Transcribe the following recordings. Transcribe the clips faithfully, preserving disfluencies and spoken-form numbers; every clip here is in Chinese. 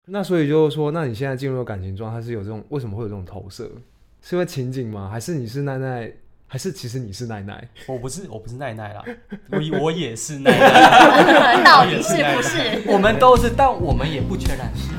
那所以就是说，那你现在进入了感情状态是有这种，为什么会有这种投射？是因为情景吗？还是你是奈奈？还是其实你是奈奈？ 我不是，我不是奈奈啦，我我也是奈奈， 到底是不是？ 我们都是，但我们也不全然是。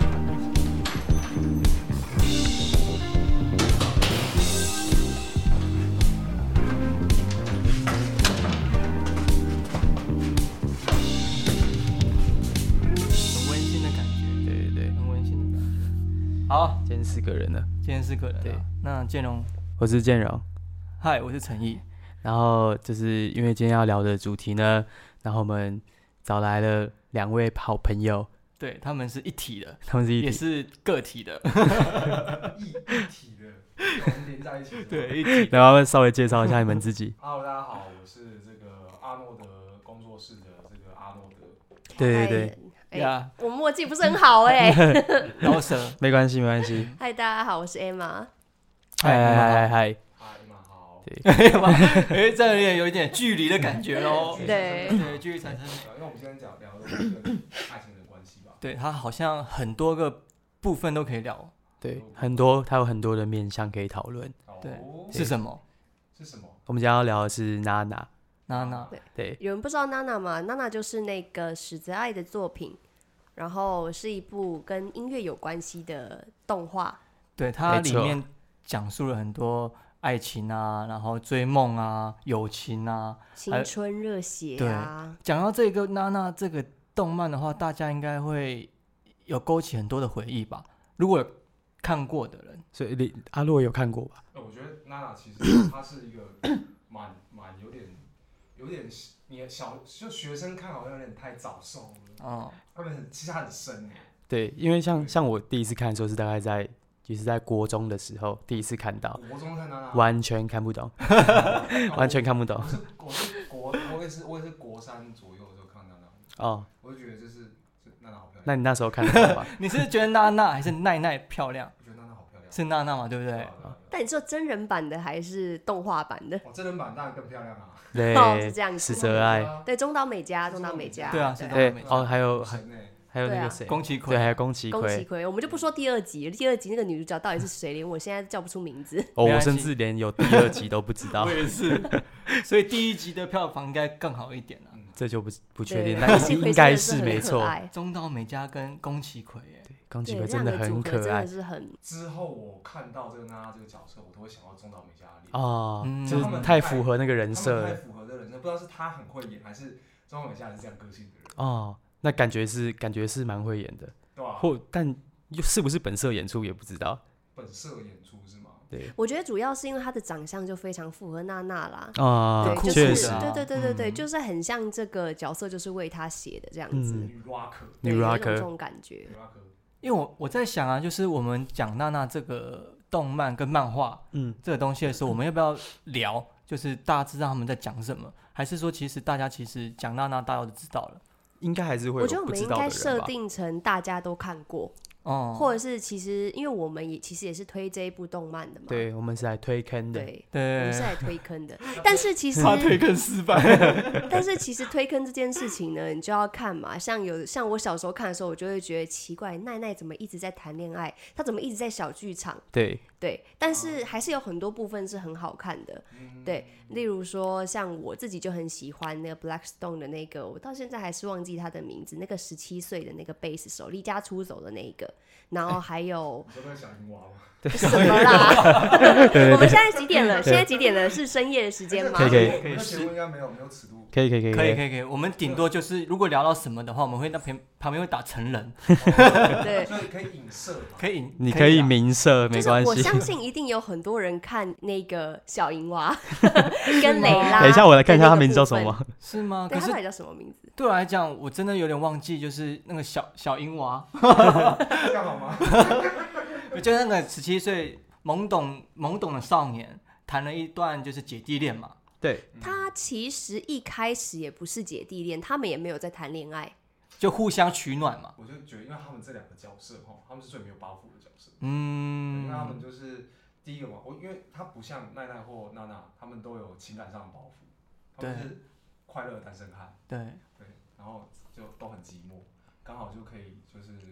很温馨的感觉， 对对对， 很温馨的感觉。好， 今天四个人了， 今天是个人、啊， 对， 那建荣， 我是建荣， 嗨，我是陈毅。 然后就是因为今天要聊的主题呢，然后我们找来了两位好朋友， 对，他们是一体的， 他们是一体， 也是个体的， 一一体的，连在一起的。 对，一体的。 然后稍微介绍一下你们自己。 Hello， 大家好，我是这个阿诺德工作室的这个阿诺德。 对对对， 哎、 呀我默契不是很好哎、 饶舌， 没关系没关系。 嗨，大家好，我是 Emma。 嗨嗨嗨嗨， 嗨，你们好。 哎，这有点有一点距离的感觉喽。 对对，距离产生。 因为我们今天讲聊的是爱情的关系吧。 对，他好像很多个部分都可以聊。 对，很多他有很多的面向可以讨论。 对， 哦是什么？ 是什么？ 我们今天要聊的是娜娜， 娜娜。 对， 有人不知道娜娜吗？娜娜就是那个史泽爱的作品，然后是一部跟音乐有关系的动画。 对，它里没错面讲述了很多爱情啊，然后追梦啊，友情啊。 青春热血啊， 讲到这个娜娜这个动漫的话，大家应该会有勾起很多的回忆吧？如果有看过的人， 所以你阿洛有看过吧？ 我觉得娜娜其实她是一个蛮蛮有点有点你小就学生看好像有点太早熟了。 哦， 他们很其实很深哎。 对，因为像像我第一次看的时候是大概在就是在国中的时候第一次看到， 国中看娜娜， 完全看不懂，完全看不懂。 我是我是国我也是我也是国三左右的时候看娜娜， 哦， 我就觉得这是娜娜好漂亮。 那你那时候看得懂吧？ 你是觉得娜娜还是奈奈漂亮？ 我觉得娜娜好漂亮。 是娜娜嘛，对不对？ 但你说真人版的还是动画版的？ 哦，真人版当然更漂亮啊。 对， 哦，是这样子。 史泽爱， 对，中岛美嘉，中岛美嘉。 对啊，是对美哦，还有还神欸还有那个谁， 宫崎对，还葵。 有宫崎葵。 宫崎葵，我们就不说第二集，第二集那个女主角到底是谁，连我现在叫不出名字。 哦，我没关系甚至连有第二集都不知道我，也是，所以第一集的票房应该更好一点啊。 这就不不确定， 对但宫崎葵应该真的是很可是没错。 爱中岛美嘉跟宫崎葵，哎， 对，宫崎对， 葵这真的很两个组合真可爱的是很之后我看到这个娜娜这个角色，我都会想到中岛美嘉的脸。 哦嗯， 就他们是太符合那个人他们太设了符合这个人设，不知道是他很会演，还是中岛美嘉是这样个性的人， 哦。那感觉是感觉是蛮会演的， 对吧？ 或但又是不是本色演出也不知道。 本色演出是吗？ 对我觉得主要是因为她的长相就非常符合娜娜啦。 啊对，， 酷就是确实的啊对对对对对， 嗯就是很像这个角色就是为她写的这样子， 嗯女 rocker， 对， 女有一种 rocker 这种感觉女。rocker， 因为我我在想啊，就是我们讲娜娜这个动漫跟漫画嗯， 这个东西的时候，我们要不要聊？就是大家知道他们在讲什么，还是说其实大家其实讲娜娜大家都知道了？ 应该还是会我觉得我们有不知道的应该设人吧。 定成大家都看过， 哦， 或者是其实因为我们也其实也是推这一部动漫的嘛， 对，我们是来推坑的。 对，我对们是，来推坑的。但是其实他推更失败。 但是其实推坑这件事情呢，你就要看嘛。像有像我小时候看的时候，我就会觉得奇怪，奈奈怎么一直在谈恋爱？她怎么一直在小剧场？ 对， 对，但是还是有很多部分是很好看的。对，例如说像我自己就很喜欢那个 Blackstone 的那个，我到现在还是忘记他的名字，那个十七岁的那个贝斯手离家出走的那一个，然后还有你说那个小青蛙吗？ 什么啦？我们现在几点了？现在几点了？是深夜的时间吗？ 可以可以我们的节目应该没有没有尺度。 可以可以可以可以可以可以，我们顶多就是如果聊到什么的话，我们会那边旁边会打成人， 对， 所以可以影射嘛。 可以引， 你可以啊明射就是没关系。 我相信一定有很多人看那个小银娃跟蕾拉。 等一下我来看一下他名字叫什么。 是吗？可是对他到底叫什么名字？ 对我来讲，我真的有点忘记，就是那个小小樱娃， 这样好吗？ 就是那个十七岁懵懂懵懂的少年，谈了一段就是姐弟恋嘛。 对， 他其实一开始也不是姐弟恋，他们也没有在谈恋爱。 就互相取暖嘛。 我就觉得，因为他们这两个角色哈，他们是最没有包袱的角色， 嗯， 因为他们就是第一个嘛，我因为他不像奈奈或娜娜，他们都有情感上的包袱，他们是快乐的单身汉， 对， 对，然后就都很寂寞，刚好就可以就是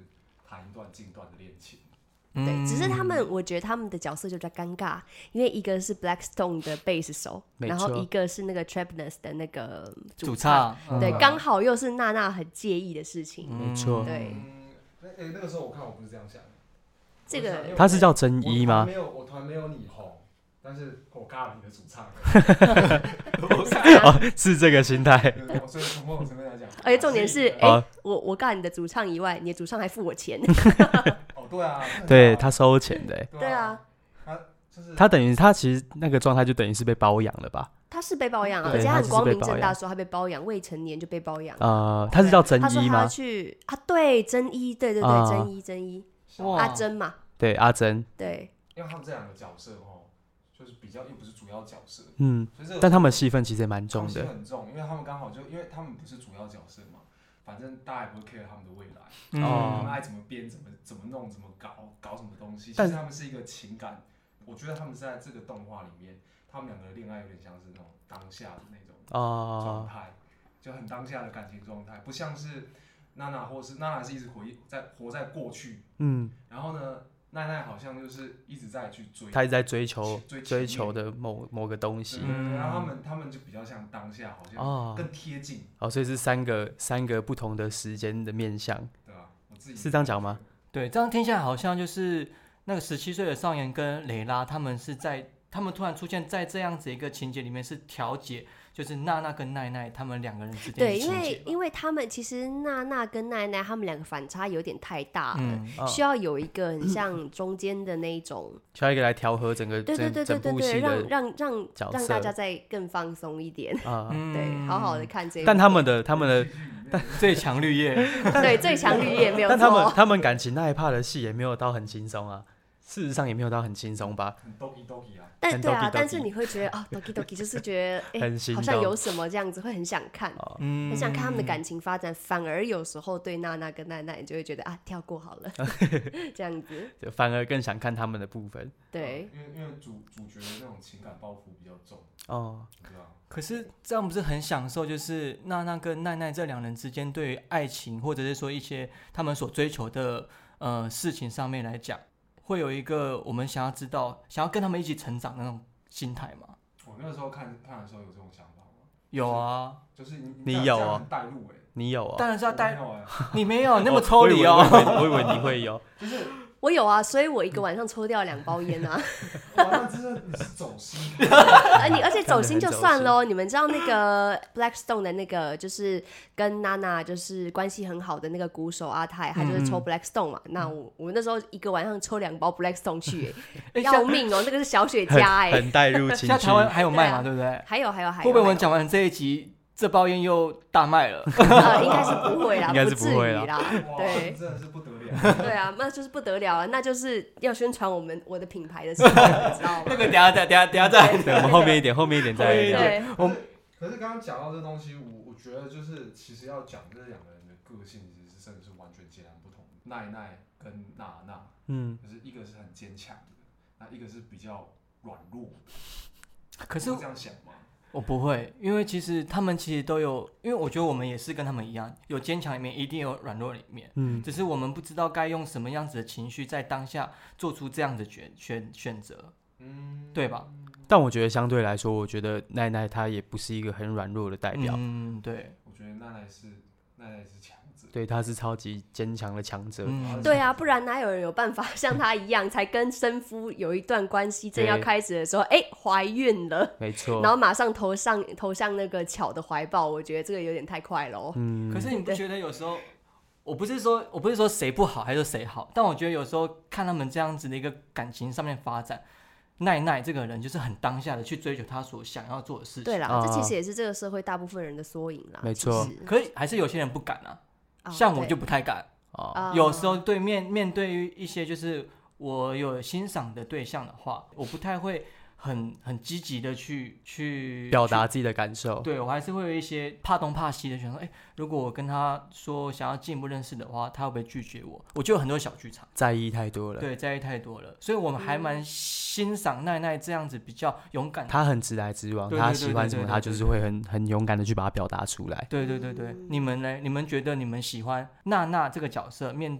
弹一段进段的恋情。 对，只是他嗯们，我觉得他们的角色就比较尴尬，因为一个是 Blackstone 的贝斯手， 没然后错一个是那个 Trapness 的那个主唱， 唱， 对， 嗯刚好又是娜娜很介意的事情。 没错对， 嗯，那、欸、那个时候我看我不是这样想的， 这个我想因为他是叫真一吗我团没？有，我团没有你红，但是我尬了你的主唱。 哦，是这个心态。 对所以从某种程度来讲， 而且重点是，哎、 哦我我尬你的主唱以外，你的主唱还付我钱。 哦，对啊， 对他收钱的欸， 对啊， 他就是他等于他其实那个状态就等于是被包养了吧？ 他是被包养啊， 对而且他他就是很光明被包养正大说他被包养，未成年就被包养。 呃，他是叫真他说他要一吗？ 去啊，对，真一，对对对， 啊真一真一， 哇阿珍嘛， 对，阿珍， 对， 因为他们这两个角色哦，就是比较又不是主要角色， 嗯， 所以这个但他们戏份其实也蛮重戏的。 很重，因为他们刚好就因为他们不是主要角色嘛，反正大家也不会 care 他们的未来， 嗯哦他们爱怎么编怎么怎么弄怎么搞搞什么东西，其但实他们是一个情感，我觉得他们在这个动画里面，他们两个的恋爱有点像是那种当下的那种状哦， 态，就很当下的感情状态，不像是娜娜或是娜娜是一直回在活在过去， 嗯， 然后呢，奈奈好像就是一直在去追， 他一直在追求追追求的某某个东西对。对对，然后他们他们就比较像当下，好像哦更贴近， 哦，所以是三个三个不同的时间的面向， 对吧？我自己是这样讲吗？ 对，这样听下来好像就是那个十七岁的少年跟蕾拉，他们是在他们突然出现在这样子一个情节里面，是调解，就是娜娜跟奈奈他们两个人之间对， 的因情节吧。 为因为他们其实娜娜跟奈奈他们两个反差有点太大了， 嗯， 哦需要有一个很像中间的那一种， 需要一个来调和整个对对对整整部对对对，让戏的让让角让大色家再更放松一点， 啊。 嗯对，好好的看这一部。 但他们的他们的， 最强绿叶， 对最强绿叶没有但他们错， 他们感情那一 part 的戏也没有到很轻松啊。事实上也没有到很轻松吧， 很 doki doki 啊， 很但对啊 doki，doki 但是你会觉得哦，doki doki 就是觉得哎， 很心好像动有什么这样子，会很想看。 哦， 嗯， 很想看他们的感情发展，反而有时候对娜娜跟奈奈，你就会觉得啊，跳过好了，这样子。 就反而更想看他们的部分对， 因为因为主主角的那种情感包袱比较重， 哦。 对吧？ 可是这样不是很享受？就是娜娜跟奈奈这两人之间对于爱情，或者是说一些他们所追求的呃事情上面来讲，会有一个我们想要知道、想要跟他们一起成长的那种心态吗？ 我那个时候看看的时候有这种想法吗？ 有啊， 就是你你这样这样有哦很带入哎， 你有啊？ 当然是要带我没有哎， 你没有那么抽离哦。 我以为我以为我以为你会有， 就是我有啊，所以我一个晚上抽掉两包烟啊。 哇，那真的你是走心， 而你而且走心就看得很走算喽，你们知道那个 Blackstone 的那个就是跟娜娜就是关系很好的那个鼓手阿泰，他就是抽 Blackstone 嘛。那我我那时候一个晚上抽两包 Blackstone 去、欸， 哎要命哦，那个是小雪茄哎、 很带入情绪现在台。湾还有卖嘛， 对对不对？ 还有还有还有， 会不会我们还有讲完这一集，这包烟又大卖了？ 呃，应该是不会啦， 应该是不至不会啦于啦。 哇， 对真的是不得了， 对啊，那就是不得了了，那就是要宣传我们我的品牌的时候，你知道吗？ 那个等下等下等下再对，我们后面一点，后面一点再后面一聊。 对， 我可是可是刚刚讲到这东西，我我觉得就是其实要讲这两个人的个性，其实是真的是完全截然不同的。奈奈跟娜娜， 嗯， 就是一个是很坚强的，那一个是比较软弱的。 可是会这样想吗？ 我不会，因为其实他们其实都有，因为我觉得我们也是跟他们一样，有坚强里面一定有软弱里面， 嗯， 只是我们不知道该用什么样子的情绪在当下做出这样的选选选择， 嗯， 对吧？ 但我觉得相对来说，我觉得奈奈她也不是一个很软弱的代表， 嗯，对， 我觉得奈奈是奈奈是强者， 对，她是超级坚强的强者。 嗯， 对啊，不然哪有人有办法像他一样，才跟生夫有一段关系，正要对开始的时候，哎，怀孕了， 没错。 然后马上投上投向那个巧的怀抱，我觉得这个有点太快了哦。 嗯， 可是你不觉得有时候，我不是说我不是说谁不好还是谁好，但我觉得有时候看他们这样子的一个感情上面发展，奈奈这个人就是很当下的去追求他所想要做的事情， 对啦， 啊这其实也是这个社会大部分人的缩影啦。 没错其实可是还是有些人不敢啊， 哦像我对就不太敢。 哦， 啊有时候对面面对于一些就是我有欣赏的对象的话，我不太会很很积极的去去表达自己的感受。 对我还是会有一些怕东怕西的，想说，哎、如果我跟他说想要进一步认识的话，他会不会拒绝我？我就有很多小剧场， 在意太多了。 对，在意太多了，所以我们还蛮欣赏奈奈这样子比较勇敢的。 她很直来直往， 对对对她喜欢什么， 对对对她就是会很很勇敢的去把它表达出来。 对对对对， 嗯你们呢？你们觉得你们喜欢娜娜这个角色面对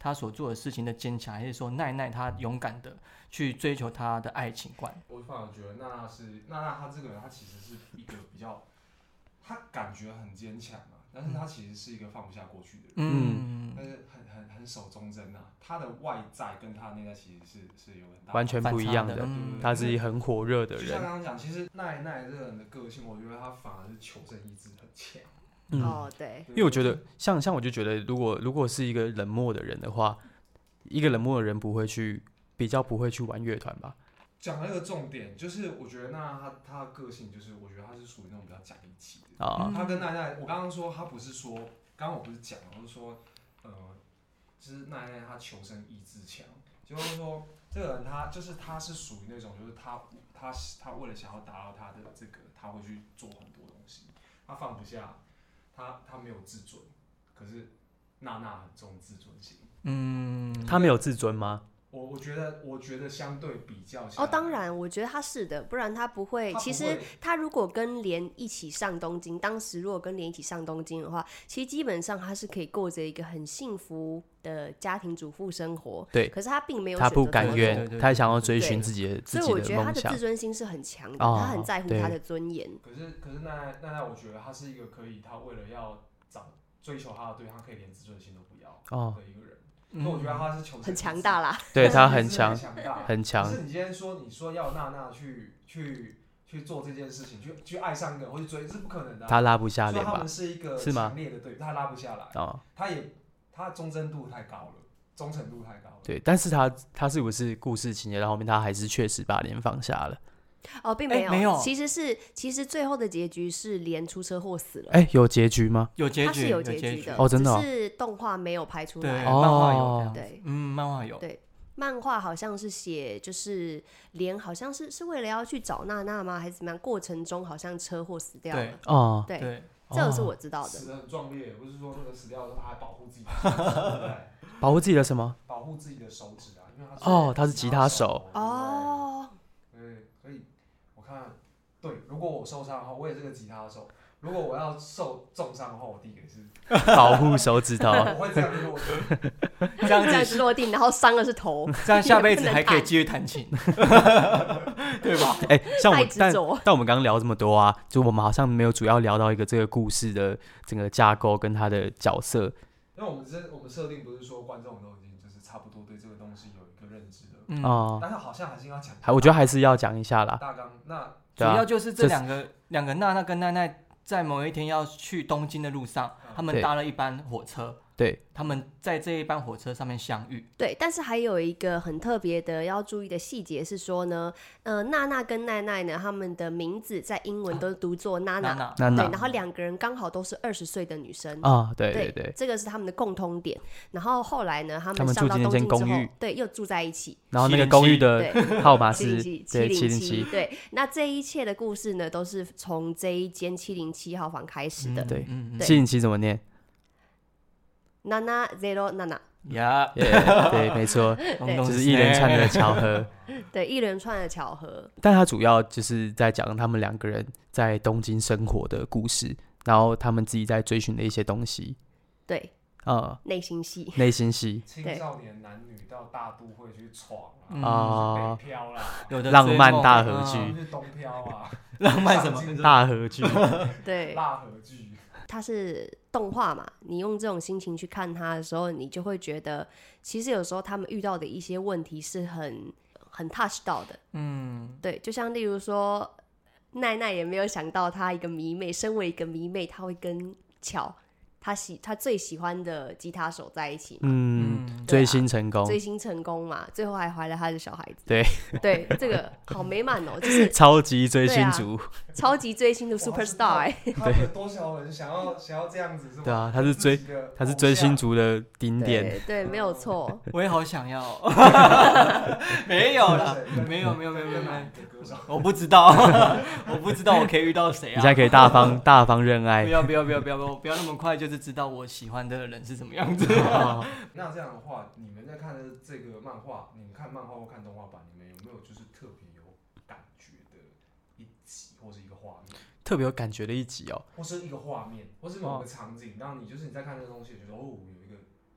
他所做的事情的坚强，还是说奈奈他勇敢的去追求他的爱情观？ 我反而觉得娜娜是娜娜，她这个人，她其实是一个比较，她感觉很坚强嘛，但是她其实是一个放不下过去的人， 嗯， 但是很很很守忠贞啊。她的外在跟她的内在其实是是有很大完全不一样的。 反差的嗯他是很火热的就像人。 刚刚讲，其实奈奈这个人的个性，我觉得她反而是求生意志很强。 嗯， 哦，对， 因为我觉得像像我就觉得，如果如果是一个冷漠的人的话，一个冷漠的人不会去比较不会去玩乐团吧？ 讲到一个重点，就是我觉得那她她的个性，就是我觉得她是属于那种比较讲义气的。 啊， 她跟奈奈，我刚刚说她不是说，刚刚我不是讲，我是说，呃，就是奈奈她求生意志强，就是说这个人他就是他是属于那种，就是他他他为了想要达到他的这个，他会去做很多东西，他放不下，他他没有自尊，可是娜娜很重自尊心。 嗯， 他没有自尊吗？ 我我觉得我觉得相对比较哦，当然，我觉得他是的，不然他不会。 他不会其实他如果跟莲一起上东京，当时如果跟莲一起上东京的话，其实基本上他是可以过着一个很幸福的家庭主妇生活。 对， 可是他并没有他不甘对对愿， 对他想要追寻自己的自所以己我觉得他的自梦想。 尊心是很强的， 哦他很在乎他的尊严。 可是可是奈奈奈奈，我觉得他是一个可以，他为了要找追求他的对象，可以连自尊心都不要哦的一个人。所以我觉得他是求生很强大啦， 对他很很强， 大， 很强可是你今天说，你说要娜娜去去去做这件事情，去去爱上一个人或去追，是不可能的、啊。 他拉不下脸吧所以他们？是一个是吗强烈的对，他拉不下来， 哦， 他也他忠贞度太高了，忠诚度太高了。 对，但是他他是不是故事情节到后面，他还是确实把脸放下了？ 哦，并没有， 欸没有其实是其实最后的结局是莲出车祸死了。 哎、有结局吗？ 有结局， 它是有结结局的， 哦真的哦只是动画没有拍出对， 来。 漫画有这哦样子， 对嗯，漫画有， 对，漫画好像是写，就是莲好像是是为了要去找娜娜吗？还是怎么样？过程中好像车祸死掉对了。 哦， 对， 对， 这个是我知道的。 死得很壮烈，不是说那个死掉的时候他还保护自己的手指，对不对？ 保护自己的什么？ 保护自己的手指啊，因为他哦他是吉他手哦， 对，所以我看，对，如果我受伤的话，我也是个吉他手。如果我要受重伤的话，我第一个是保护手指头。 我会这样落地。 这样这样子子落地，然后伤的是头， 这样下辈子也不能弹还可以继续弹琴，对吧？ 哎、像太我，但执着。 但我们刚刚聊这么多啊，就我们好像没有主要聊到一个这个故事的整个架构跟他的角色。 因为我们这我们设定不是说观众都已经就是差不多对这个东西有一个认知了， 嗯， 哦、 但是好像还是要讲。 还我觉得还是要讲一下啦。 大纲那主对啊要就是这这两个两个娜娜跟奈奈在某一天要去东京的路上，他们对搭了一班火车， 对， 他们在这一班火车上面相遇。 对，但是还有一个很特别的要注意的细节是说呢，呃，娜娜跟奈奈呢，他们的名字在英文都读作娜娜， 娜娜， 对， 娜娜然后两个人刚好都是二十岁的女生。 啊、对对对对， 这个是他们的共通点。然后后来呢，他他们们上到住进东京之后那间公寓， 对，又住在一起。 然后那个公寓的对， 号码七零是七对七零七零七， 对，那这一切的故事呢，都是从这一间七零七号房开始的。 对嗯嗯对七零七怎么念？ 娜娜 zero 娜娜， 呀， 耶对，没错， 就就是一连串的巧合。 对，一连串的巧合。 但他主要就是在讲他们两个人在东京生活的故事，然后他们自己在追寻的一些东西， 对， 呃， 内心戏。 内心戏， 青少年男女到大都会去闯嗯啊， 啊去北漂啦， 有的浪漫追梦大合剧嗯去东漂啊， 浪漫什么？ 大合剧， 对， 辣合剧。 它是动画嘛，你用这种心情去看它的时候，你就会觉得，其实有时候他们遇到的一些问题是很很 touch 到的。 嗯， 对，就像例如说，奈奈也没有想到，她一个迷妹，身为一个迷妹，她会跟巧，她喜她最喜欢的吉他手在一起嘛， 嗯， 嗯追星成功， 追星成功嘛，最后还怀了她的小孩子。 对对，这个好美满哦，就是超级追星族， 超级追星的 super star 哎、 他们有多少人想要想要这样子是吗？ 对啊他是追自己的他是追星偶族的顶点， 对对，没有错。 我也好想要，没有像啦， 是跟没有没有没有没有没有跟哪一个歌手我不知道，我不知道我可以遇到谁啊你现在？可以大方大方认不爱， 要不要不要不要不要不要那么快就是知道我喜欢的人是什么样子。 哦那这样的话，你们在看的这个漫画，你们看漫画或看动画版，你们有没有就是特别有感觉的一集或是一个画面， 特别有感觉的一集哦。 或是一个画面，或是某个场景，让你就是你在看这个东西，觉得哦，有一个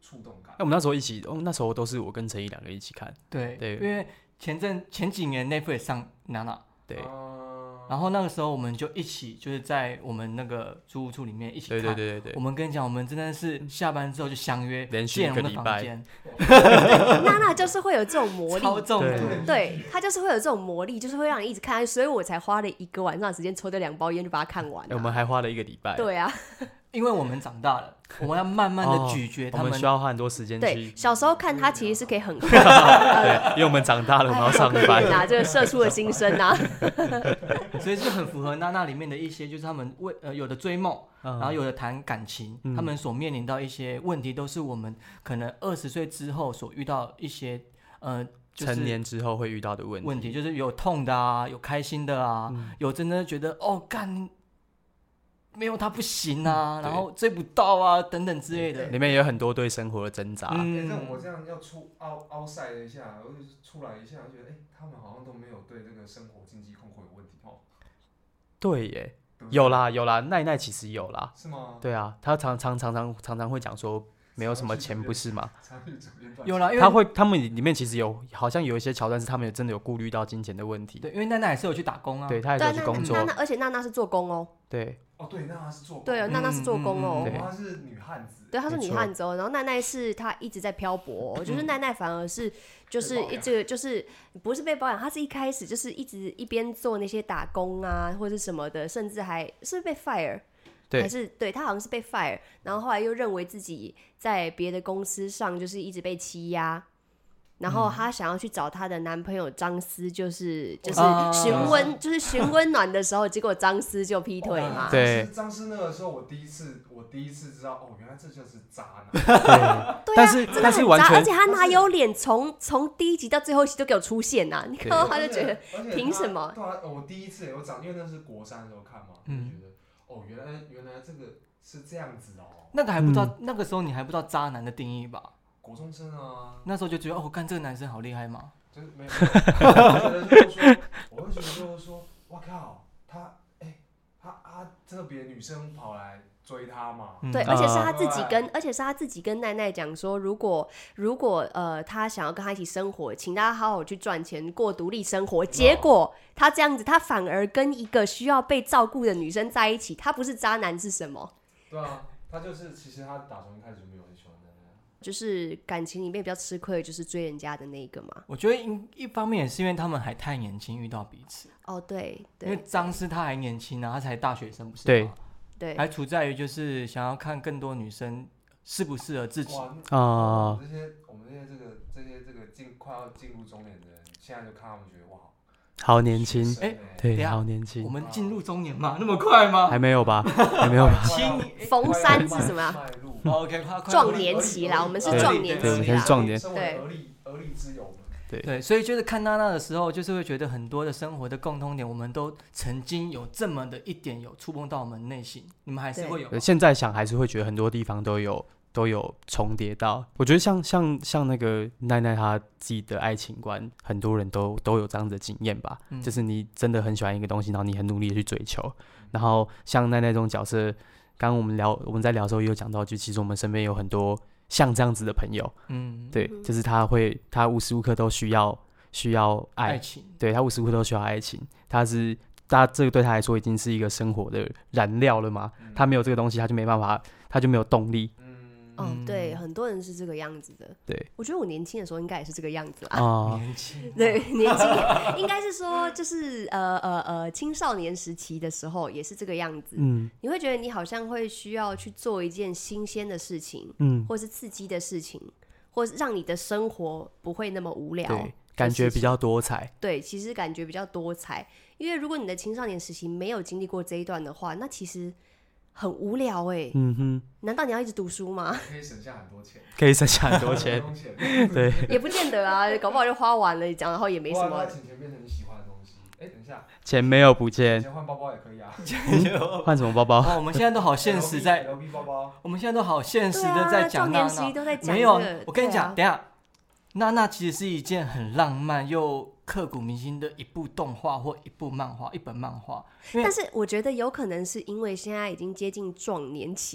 触动感。 哎，我们那时候一起，哦，那时候都是我跟陈毅两个一起看。 对对， 因为前阵前几年 Netflix 上娜娜， 对， 呃、 然后那个时候我们就一起就是在我们那个租屋处里面一起看。 对对对对对。 我们跟你讲，我们真的是下班之后就相约， 连续一个礼拜。 娜娜就是会有这种魔力， 超重对对，她就是会有这种魔力，就是会让你一直看，所以我才花了一个晚上的时间抽掉两包烟就把它看完、啊欸。我们还花了一个礼拜。 对啊。 因为我们长大了，我们要慢慢的咀嚼他们、 哦，我们需要花很多时间去。 对，小时候看它其实是可以很快。 对，因为我们长大了，我们要上班。 哎、啊，这个社畜的心声啊。 所以就很符合娜娜里面的一些，就是他们为呃有的追梦，嗯、然后有的谈感情、嗯，他们所面临到一些问题，都是我们可能二十岁之后所遇到一些呃。就是、 成年之后会遇到的问题， 问题就是有痛的啊，有开心的啊，嗯、有真的觉得哦干。没有他不行啊，嗯、然后追不到啊，等等之类的， 里面也有很多对生活的挣扎。 嗯，欸、像我这样要出凹凹晒了一下，我就出来一下，觉得哎、欸，他们好像都没有对这个生活经济困苦有问题哦。 对耶，对有啦有啦，奈奈其实有啦。 是吗？ 对啊，他常常常常常常会讲说。没有什么钱，不是吗？ 有啦，因为他会，他们里面其实有，好像有一些桥段是他们有真的有顾虑到金钱的问题。 对，因为娜娜也是有去打工啊， 对，她也是有去工作。 娜娜，而且娜娜是做工哦。 对。 哦，对，娜娜是做工。 对，娜娜是做工哦。 她、嗯、是女汉子。 对，她是女汉子哦。然后奈奈是她一直在漂泊、哦，就是奈奈反而是就是这个就是不是被包养，她是一开始就是一直一边做那些打工啊或者什么的，甚至还是被 fire。还是对他好像是被 fire， 然后后来又认为自己在别的公司上就是一直被欺压，然后他想要去找他的男朋友张思，就是就是询问、哦、就是询温暖的时候，结果张思就劈腿嘛。 对， 张思那个时候我第一次我第一次知道哦，原来这就是渣男。 对， 但是但是完全， 而且他哪有脸从从第一集到最后一集都给我出现呐、啊？你看到他就觉得凭什么？ 对啊，我第一次有长，因为那是国三的时候看嘛，嗯、就觉得。哦，原来原来这个是这样子哦。 那个还不知道、嗯，那个时候你还不知道渣男的定义吧？ 国中生啊。 那时候就觉得哦，干这个男生好厉害嘛。 就是没有，我觉得就是说，我会觉得就是说，哇靠，他哎、欸，他他特别女生跑来追他嘛。 对，而且是他自己跟，而且是他自己跟奈奈讲说，如果如果呃他想要跟他一起生活，请大家好好去赚钱，过独立生活。结果他这样子，他反而跟一个需要被照顾的女生在一起，他不是渣男是什么？ 对啊，他就是其实他打从一开始就没有很喜欢奈奈， 就是感情里面比较吃亏的就是追人家的那一个嘛。 我觉得一方面也是因为他们还太年轻遇到彼此。 哦，对，对， 因为张思他还年轻啊，他才大学生不是吗？ 对。 对， 还处在于就是想要看更多女生适不适合自己啊。这些我们这些这个这些这个进快要进入中年的人，现在就看他们觉得哇， 好年轻， 哎、欸， 对，好年轻。 我们进入中年吗？那么快吗？ 还没有吧，还没有吧。 逢三是什么啊 ？OK， 壮年期啦，我们是壮年期， 对，我们才是壮年， 对，而立而立之友。 对, 对，所以就是看娜娜的时候，就是会觉得很多的生活的共通点，我们都曾经有这么的一点有触碰到我们内心，你们还是会有。 现在想还是会觉得很多地方都有都有重叠到。我觉得像像像那个奈奈她自己的爱情观，很多人都都有这样子的经验吧、嗯。就是你真的很喜欢一个东西，然后你很努力的去追求。然后像奈奈这种角色，刚刚我们聊我们在聊的时候也有讲到，就其实我们身边有很多。像这样子的朋友，嗯，对，就是他会，他无时无刻都需要需要爱， 爱情， 对他无时无刻都需要爱情，他是，他这个对他来说已经是一个生活的燃料了嘛，嗯、他没有这个东西，他就没办法，他就没有动力。 嗯，哦，对，很多人是这个样子的。 对， 我觉得我年轻的时候应该也是这个样子啦。 哦， 年轻， 对，年轻，应该是说，就是呃呃呃，青少年时期的时候也是这个样子。嗯，你会觉得你好像会需要去做一件新鲜的事情，嗯，或是刺激的事情，或是让你的生活不会那么无聊。 对，感觉比较多彩。 对，其实感觉比较多彩，因为如果你的青少年时期没有经历过这一段的话，那其实。很无聊哎、欸，嗯哼，难道你要一直读书吗？ 可以省下很多钱， 可以省下很多钱，对， 也不见得啊，搞不好就花完了，然后也没什么。 花钱钱变成你喜欢的东西，哎、欸，等一下， 钱没有不见， 钱换包包也可以啊， 换、嗯、什么包包？ 哦，我们现在都好现实在 ，L V 包包， 我们现在都好现实的在讲娜娜，没有，我跟你讲、啊，等一下，娜娜其实是一件很浪漫又。刻骨铭心的一部动画或一部漫画，一本漫画。 但是我觉得有可能是因为现在已经接近壮年期，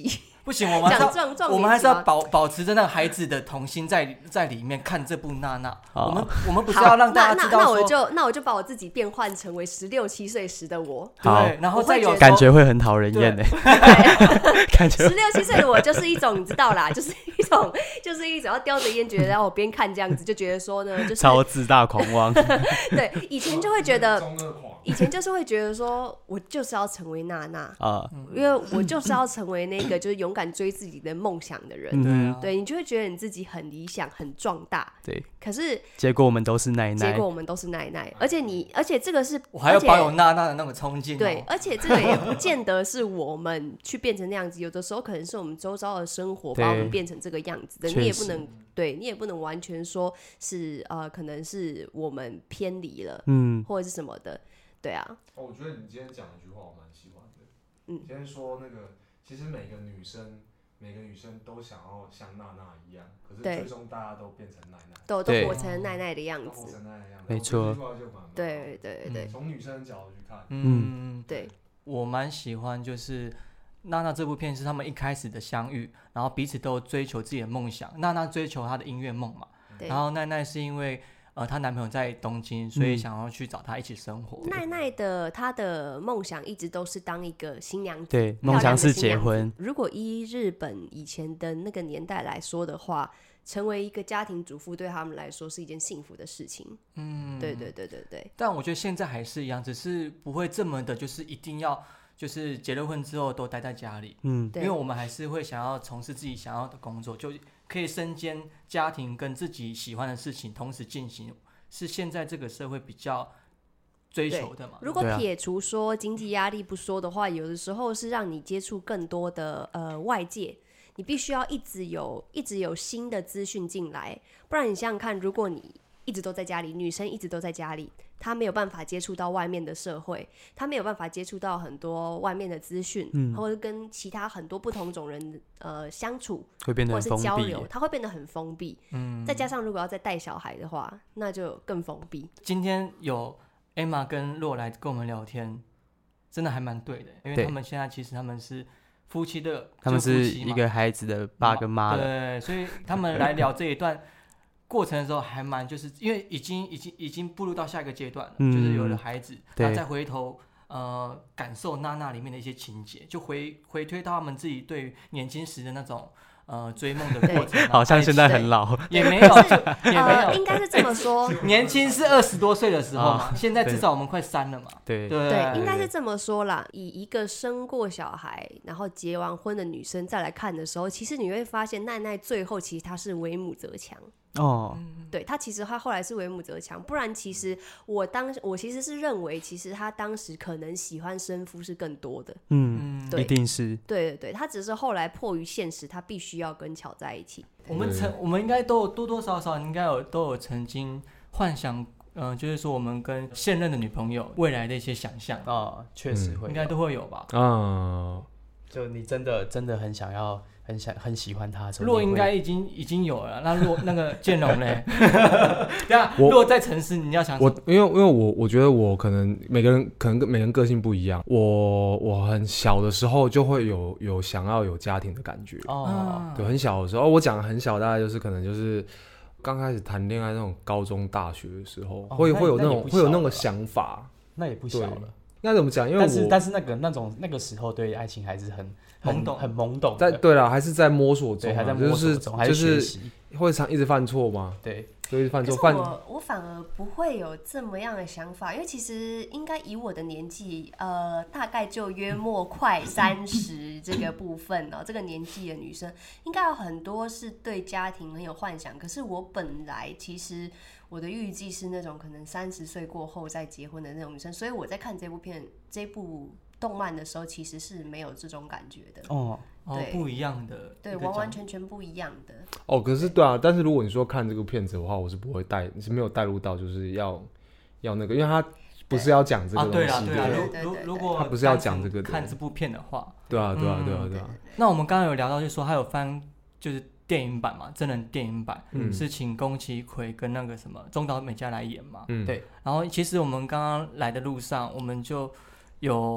不行，我们还是要讲壮我们还是要保保持着那个孩子的童心在在里面看这部娜娜。 哦、 我们我们不是要让大家知道说， 那那我就那我就把我自己变换成为十六七岁时的我， 对，然后再有感觉会很讨人厌呢。感觉十六七岁的我就是一种你知道啦，就是一种就是一种要叼着烟，觉得然后我边看这样子，就觉得说呢，就是超自大狂妄。 对，以前就会觉得， 中二狂以前就是会觉得说，我就是要成为娜娜啊， 因为我就是要成为那个就是勇敢追自己的梦想的人。 嗯、 对，你就会觉得你自己很理想、很壮大。 对， 可是结果我们都是奶奶， 结果我们都是奶奶，而且你，而且这个是我还要保有娜娜的那个冲劲、哦。 对，而且这个也不见得是我们去变成那样子，有的时候可能是我们周遭的生活把我们变成这个样子的，你也不能对你也不能完全说是呃，可能是我们偏离了，嗯，或者是什么的，对啊。 哦，我觉得你今天讲一句话我蛮喜欢的， 嗯， 今天说那个，其实每个女生，每个女生都想要像娜娜一样，可是最终大家都变成奶奶， 都都活成奶奶的样子， 活成奶奶的样子， 没错， 对对对， 从女生的角度去看， 嗯， 对， 我蛮喜欢就是娜娜这部片是他们一开始的相遇，然后彼此都追求自己的梦想，娜娜追求她的音乐梦嘛，然后奈奈是因为呃她男朋友在东京，所以想要去找她一起生活。 奈奈的她的梦想一直都是当一个新娘子， 对，梦想是结婚。 如果依日本以前的那个年代来说的话，成为一个家庭主妇对他们来说是一件幸福的事情。嗯，对对对对对。 但我觉得现在还是一样，只是不会这么的，就是一定要就是结了婚之后都待在家里。嗯，因为我们还是会想要从事自己想要的工作，就可以身兼家庭跟自己喜欢的事情同时进行，是现在这个社会比较追求的嘛。 如果撇除说经济压力不说的话，有的时候是让你接触更多的呃外界。你必须要一直有一直有新的资讯进来，不然你想想看，如果你一直都在家里，女生一直都在家里，她没有办法接触到外面的社会，她没有办法接触到很多外面的资讯，嗯，或者跟其他很多不同种人呃相处， 会变得很封闭， 或者是交流，她会变得很封闭。嗯，再加上如果要再带小孩的话，那就更封闭。 今天有 Emma 跟洛来跟我们聊天，真的还蛮对的，因为他们现在其实他们是。夫妻的， 他们是一个孩子的爸跟妈的， 对，所以他们来聊这一段过程的时候，还蛮就是因为已经已经已经步入到下一个阶段了，嗯、就是有了孩子，然后再回头呃感受娜娜里面的一些情节，就回回推到他们自己对于年轻时的那种。呃，追梦的过程， 好像现在很老， 也没有，也没有， 呃、应该是这么说。 年轻是二十多岁的时候嘛，现在至少我们快三了嘛。 对对，应该是这么说啦。以一个生过小孩，然后结完婚的女生再来看的时候，其实你会发现奈奈最后其实她是为母则强。哦，对，他其实他后来是为母则强，不然其实我当我其实是认为，其实他当时可能喜欢生夫是更多的， 嗯，一定是， 对对对，他只是后来迫于现实，他必须要跟巧在一起。 我们曾我们应该都有多多少少应该有都有曾经幻想，嗯、呃，就是说我们跟现任的女朋友未来的一些想象啊，确、哦、实会、嗯， 应该都会有吧？ 嗯，就你真的真的很想要。很想很喜欢他， 若应该已经已经有了，那若那个建龙呢？对啊，若在城市，你要想我，因为因为我我觉得我可能每个人可能每个人个性不一样，我我很小的时候就会有有想要有家庭的感觉哦，对，很小的时候，我讲很小，大概就是可能就是刚开始谈恋爱那种高中大学的时候，哦、会会有那种会有那个想法， 那也不小了。 那怎么讲？因为我但是但是那个那种那个时候对爱情还是很懵懂， 很懵懂。 在对啦，还是在摸索中、啊， 还在摸索中， 就是、就是会常一直犯错嘛。 对， 就一直犯错。 可是我我反而不会有这么样的想法，因为其实应该以我的年纪，呃，大概就约莫快三十这个部分哦，这个年纪的女生应该有很多是对家庭很有幻想。可是我本来其实。我的预计是那种可能三十岁过后再结婚的那种女生，所以我在看这部片、这部动漫的时候，其实是没有这种感觉的。 哦，对，哦、不一样的， 对，完完全全不一样的。 哦，可是对啊，但是如果你说看这个片子的话，我是不会带，是没有带入到，就是要要那个，因为他不是要讲这个东西， 啊、对啊，对啊，如如果他不是要讲这个的， 看这部片的话， 对啊，对啊，对啊，对啊。 那我们刚刚有聊到，就是说他有翻，就是。电影版嘛，真人电影版、嗯、是请宫崎葵跟那个什么中岛美嘉来演嘛，嗯，对。然后其实我们刚刚来的路上，我们就有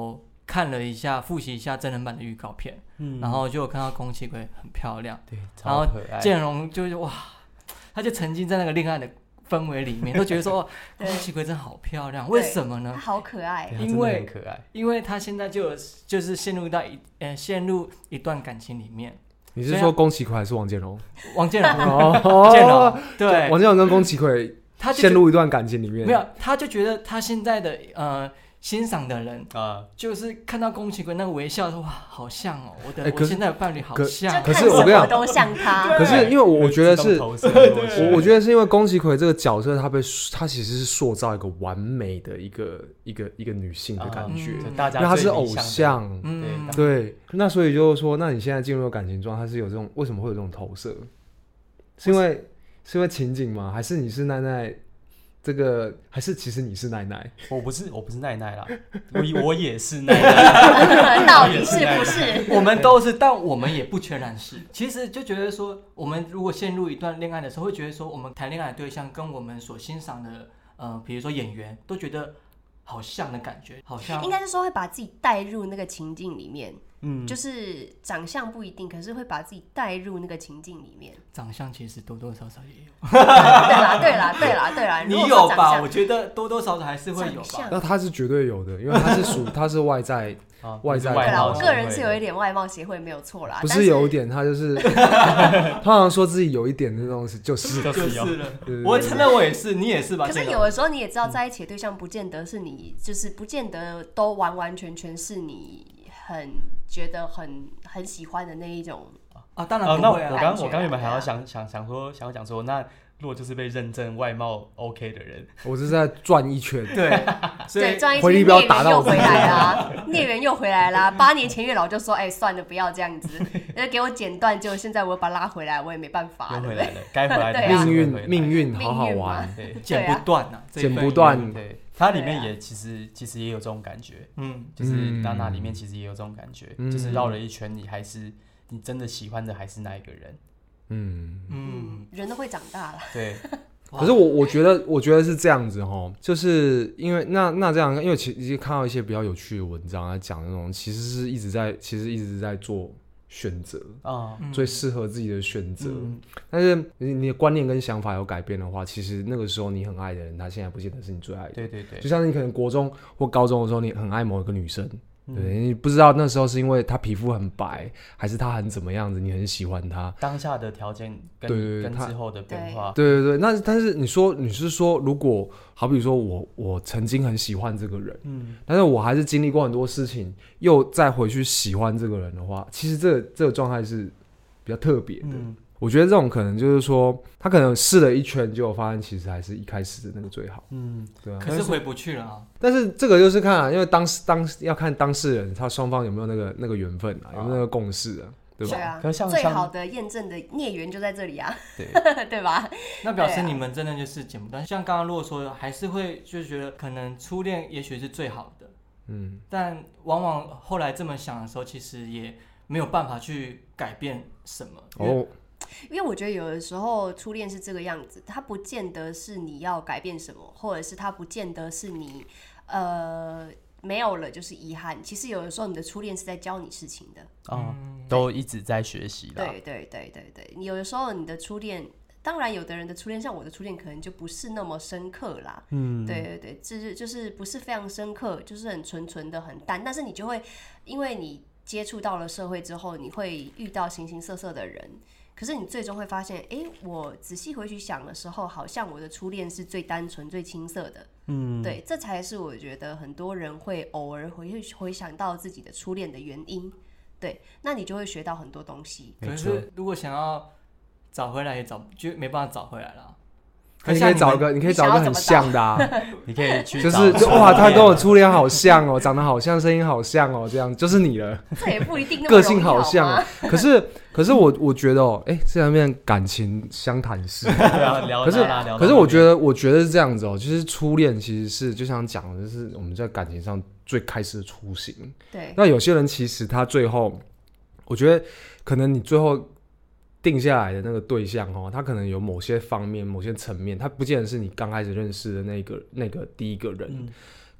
看了一下复习一下真人版的预告片，嗯，然后就有看到宫崎葵很漂亮， 对， 然后建荣就是哇，他就沉浸在那个恋爱的氛围里面，都觉得说宫崎葵真好漂亮，为什么呢？ 她好可爱， 因为很可爱， 因为他现在就有就是陷入到一呃陷入一段感情里面。 你是说宫崎葵还是王建荣？ 王建荣，哦，建荣，对， 王建荣跟宫崎葵陷入一段感情里面， 没有，他就觉得他现在的呃。欣赏的人啊，就是看到宫崎葵那个微笑，哇，好像哦，我的、欸、我现在的伴侣好像。 可是我跟你讲， 都像他。 可是因为我觉得是，我我觉得是因为宫崎葵这个角色，他被他其实是塑造一个完美的一个一个一个女性的感觉， 嗯、大家因为他是偶像， 嗯， 对。那所以就是说，那你现在进入感情状态，是有这种为什么会有这种投射？是因为是因为情景吗？还是你是奈奈？这个还是其实你是奈奈， 我不是我不是奈奈啦，我我也是奈奈， 到底是不是？ 我们都是，但我们也不全然是。其实就觉得说，我们如果陷入一段恋爱的时候，会觉得说，我们谈恋爱的对象跟我们所欣赏的，呃，比如说演员，都觉得好像的感觉，好像应该是说会把自己带入那个情境里面。嗯，就是长相不一定，可是会把自己带入那个情境里面。 长相其实多多少少也有。 对啦，对啦，对啦，对啦。 你有吧？我觉得多多少少还是会有吧。 那他是绝对有的，因为他是属他是外在。啊、外在对啦，我个人是有一点外貌协会没有错啦， 不是有一点，他就是他好像说自己有一点那种，就是就是了。我承认我也是，你也是吧？ 可是有的时候你也知道，在一起的对象不见得是你，就是不见得都完完全全是你很觉得很很喜欢的那一种啊。当然不会啊。 呃、那我刚我刚原本还要想想想说想要讲说那。如果就是被认证外貌 OK 的人， 我是在转一圈， 对， 对，转一圈，孽缘又回来啦，孽缘又回来啦。八年前月老就说：“哎、欸，算了，不要这样子，给我剪断。”结果现在我把他拉回来，我也没办法， 又回来了，该回来的命运，命运好好玩， 对，剪不断啊， 剪不断。 对，它里面也其实其实也有这种感觉，嗯，就是娜娜里面其实也有这种感觉，嗯、就是绕了一圈，你还是你真的喜欢的还是那一个人。 嗯嗯，人都会长大了。 对， 可是我我觉得我觉得是这样子齁，就是因为那那这样，因为其实看到一些比较有趣的文章来讲那种，其实是一直在其实一直在做选择啊，最适合自己的选择。嗯、但是你你的观念跟想法有改变的话，其实那个时候你很爱的人，他现在不见得是你最爱的。 对对对， 就像你可能国中或高中的时候，你很爱某一个女生。对，你不知道那时候是因为他皮肤很白，还是他很怎么样子，你很喜欢他。 当下的条件跟对对对跟之后的变化， 对对对。那但是你说你是说，如果好比说我我曾经很喜欢这个人，嗯，但是我还是经历过很多事情，又再回去喜欢这个人的话，其实这个这个状态是比较特别的。嗯，我觉得这种可能就是说，他可能试了一圈，结果发现其实还是一开始的那个最好。嗯，对啊。 可是回不去了啊。 但是这个就是看啊，因为当当要看当事人他双方有没有那个那个缘分啊，有没有那个共识啊，对吧？ 对啊。可是像最好的验证的孽缘就在这里啊， 对对吧？ 那表示你们真的就是剪不断。像刚刚如果说还是会就是觉得可能初恋也许是最好的，嗯，但往往后来这么想的时候，其实也没有办法去改变什么。 哦。 因为我觉得有的时候初恋是这个样子，它不见得是你要改变什么，或者是它不见得是你呃没有了就是遗憾。其实有的时候你的初恋是在教你事情的， 嗯，都一直在学习啦。 对对对对对，有的时候你的初恋，当然有的人的初恋，像我的初恋可能就不是那么深刻啦。嗯，对对对，就是就是不是非常深刻，就是很纯纯的很淡，但是你就会因为你接触到了社会之后，你会遇到形形色色的人。可是你最终会发现，哎，我仔细回去想的时候，好像我的初恋是最单纯、最青涩的。嗯，对，这才是我觉得很多人会偶尔回去回想到自己的初恋的原因。对，那你就会学到很多东西。 可是如果想要找回来，也找就没办法找回来了。 你可以找个，你可以找个很像的啊， 你可以去就是就哇，他跟我初恋好像哦，长得好像，声音好像哦，这样就是你了。 这也不一定那么个性好像哦，可是可是我我觉得哦，哎，这两面感情相谈室，可是可是我觉得我觉得是这样子哦，就是初恋其实是就像讲的，就是我们在感情上最开始的雏形。 对， 那有些人其实他最后，我觉得可能你最后。定下来的那个对象哦，他可能有某些方面、某些层面，他不见得是你刚开始认识的那个那个第一个人，嗯、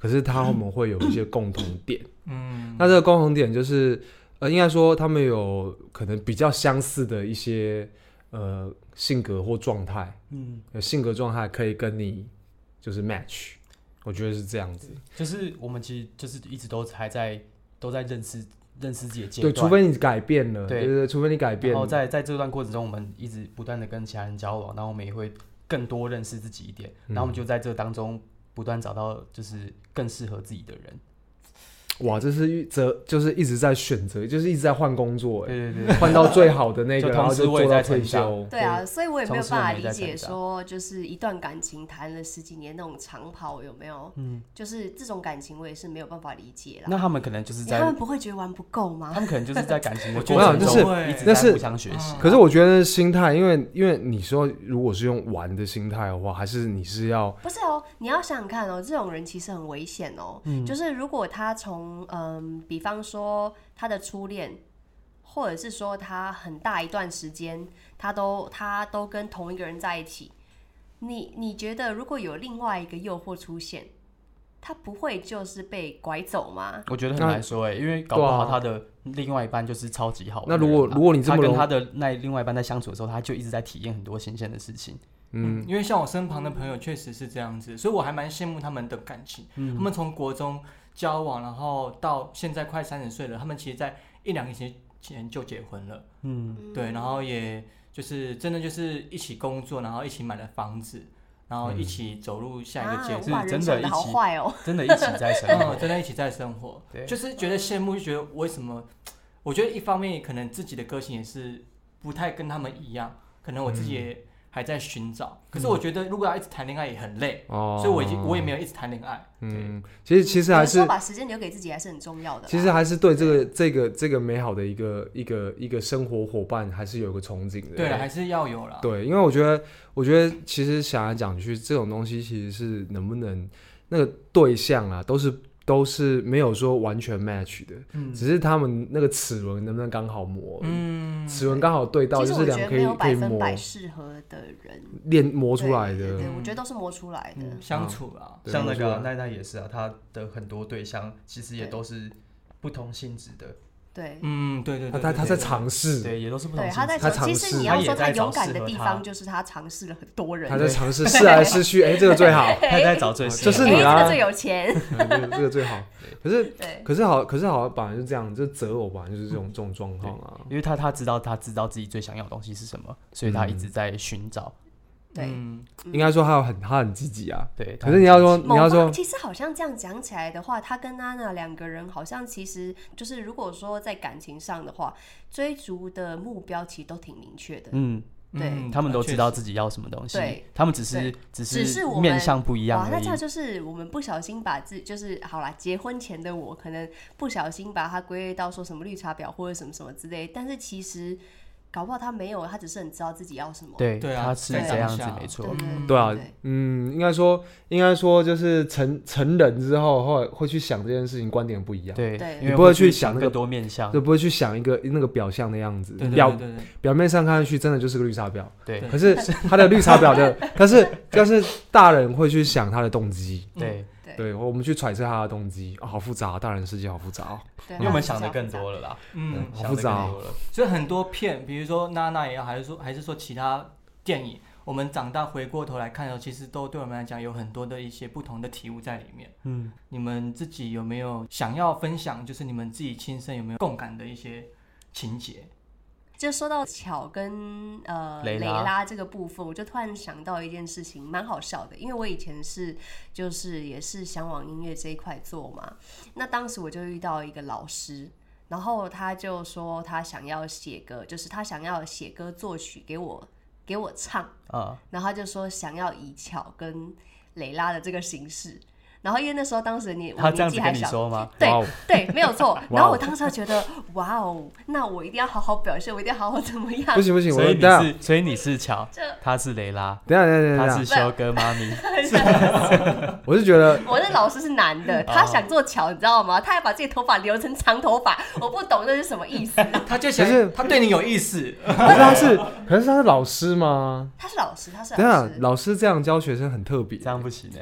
可是他们会有一些共同点。 嗯， 那这个共同点就是呃，应该说他们有可能比较相似的一些呃性格或状态，嗯，性格状态可以跟你就是 match， 我觉得是这样子。 就是我们其实就是一直都还在都在认识认识自己的阶段，对，除非你改变了， 对对, 对对，除非你改变了。 然后在在这段过程中，我们一直不断的跟其他人交往，然后我们也会更多认识自己一点，然后我们就在这当中不断找到就是更适合自己的人。 哇，这是这就是一直在选择，就是一直在换工作， 对对对， 换到最好的那个，然后就做到退休。 对啊，所以我也没有办法理解说，就是一段感情谈了十几年那种长跑有没有？嗯，就是这种感情我也是没有办法理解啦。 那他们可能就是在， 他们不会觉得玩不够吗？ 他们可能就是在感情的过程中一直在互相学习。 可是我觉得心态，因为因为你说如果是用玩的心态的话，还是你是要不是哦？你要想想看哦，这种人其实很危险哦。嗯，就是如果他从嗯，比方说他的初恋，或者是说他很大一段时间，他都他都跟同一个人在一起，你你觉得如果有另外一个诱惑出现，他不会就是被拐走吗？ 我觉得很难说哎、欸，因为搞不好他的另外一半就是超级好的。 那如果如果你这么他跟他的那另外一半在相处的时候，他就一直在体验很多新鲜的事情。 嗯，因为像我身旁的朋友确实是这样子，所以我还蛮羡慕他们的感情。嗯、他们从国中交往，然后到现在快三十岁了，他们其实在一两年前就结婚了。嗯，对，然后也就是真的就是一起工作，然后一起买了房子，然后一起走入下一个阶段， 啊、 真的一起， 好坏哦， 真的一起在生活， 嗯、真的一起在生活。对，就是觉得羡慕，就觉得为什么？我觉得一方面可能自己的个性也是不太跟他们一样，可能我自己也还在寻找。可是我觉得如果要一直谈恋爱也很累，嗯、所以我已经我也没有一直谈恋爱。 嗯，其实其实还是有时候把时间留给自己还是很重要的。 其实还是对这个这个这个美好的一个一个一个生活伙伴还是有个憧憬的。 对，还是要有啦。 对，因为我觉得我觉得其实想来讲去，这种东西其实是能不能那个对象啊，都是。都是没有说完全 match 的，嗯、只是他们那个齿轮能不能刚好磨，嗯，齿轮刚好对到，就是两可以可以磨， 适合的人练磨出来的， 对， 对， 对，我觉得都是磨出来的， 嗯、相处啊， 像那个奈奈也是啊，他的很多对象其实也都是不同性质的。 对， 嗯，对对对， 他他在尝试， 对，也都是不同性质。 他在尝试，其实你要说他勇敢的地方，就是他尝试了很多人。 他在尝试试来试去，哎，这个最好， 他在找最适合， 就是你啦， 这个最有钱， 这个最好。可是，可是好，可是好，本来就这样，这择偶本来就是这种这种状况啊。 因为他他知道他知道自己最想要的东西是什么，所以他一直在寻找。 对， 嗯、应该说他很他很积极啊。 对， 可是你要说你要说， 其实好像这样讲起来的话，他跟娜娜两个人好像其实就是，如果说在感情上的话，追逐的目标其实都挺明确的。嗯，对、嗯， 他们都知道自己要什么东西， 对， 他们只是只是面向不一样而已。 哇，那这样就是我们不小心把自就是好啦，结婚前的我可能不小心把它归类到说什么绿茶婊或者什么什么之类，但是其实。搞不好他没有，他只是很知道自己要什么。 对，对啊，他是这样子，没错。 对啊，嗯，应该说，应该说，就是成成人之后，后来会去想这件事情，观点不一样。 对， 你不会去想那个更多面向， 就不会去想一个那个表象的样子。 对对表表面上看上去真的就是个绿茶婊。 对， 可是他的绿茶婊的，但是但是大人会去想他的动机。 对。 对，我们去揣测他的动机、哦，好复杂、哦，大人世界好复杂哦。 因为我们想的更多了啦， 嗯， 好复杂、哦。 所以很多片，比如说娜娜也好，还是说还是说其他电影，我们长大回过头来看的时候，其实都对我们来讲有很多的一些不同的体悟在里面。嗯，你们自己有没有想要分享？就是你们自己亲身有没有共感的一些情节？ 就说到巧跟呃雷拉, 雷拉这个部分，我就突然想到一件事情，蛮好笑的。因为我以前是就是也是想往音乐这一块做嘛，那当时我就遇到一个老师，然后他就说他想要写歌，就是他想要写歌作曲给我给我唱啊，然后他就说想要以巧跟雷拉的这个形式。然后因为那时候当时你他这样子跟你说吗？ 对、wow. 对，没有错。然后我当时就觉得，哇哦，那我一定要好好表现，我一定要好好怎么样？ 不行不行， 所以你是所以你是巧，他是雷拉， 等一下等一下等一下， 他是修哥妈咪。 我是觉得我的老师是男的，他想做巧，你知道吗？他还把自己头发留成长头发，我不懂这是什么意思。 他就想是他对你有意思， 可是他是可是他是老师吗？ 他是老师，他是老师。 等一下，老师这样教学生很特别， 这样不行哎。 就是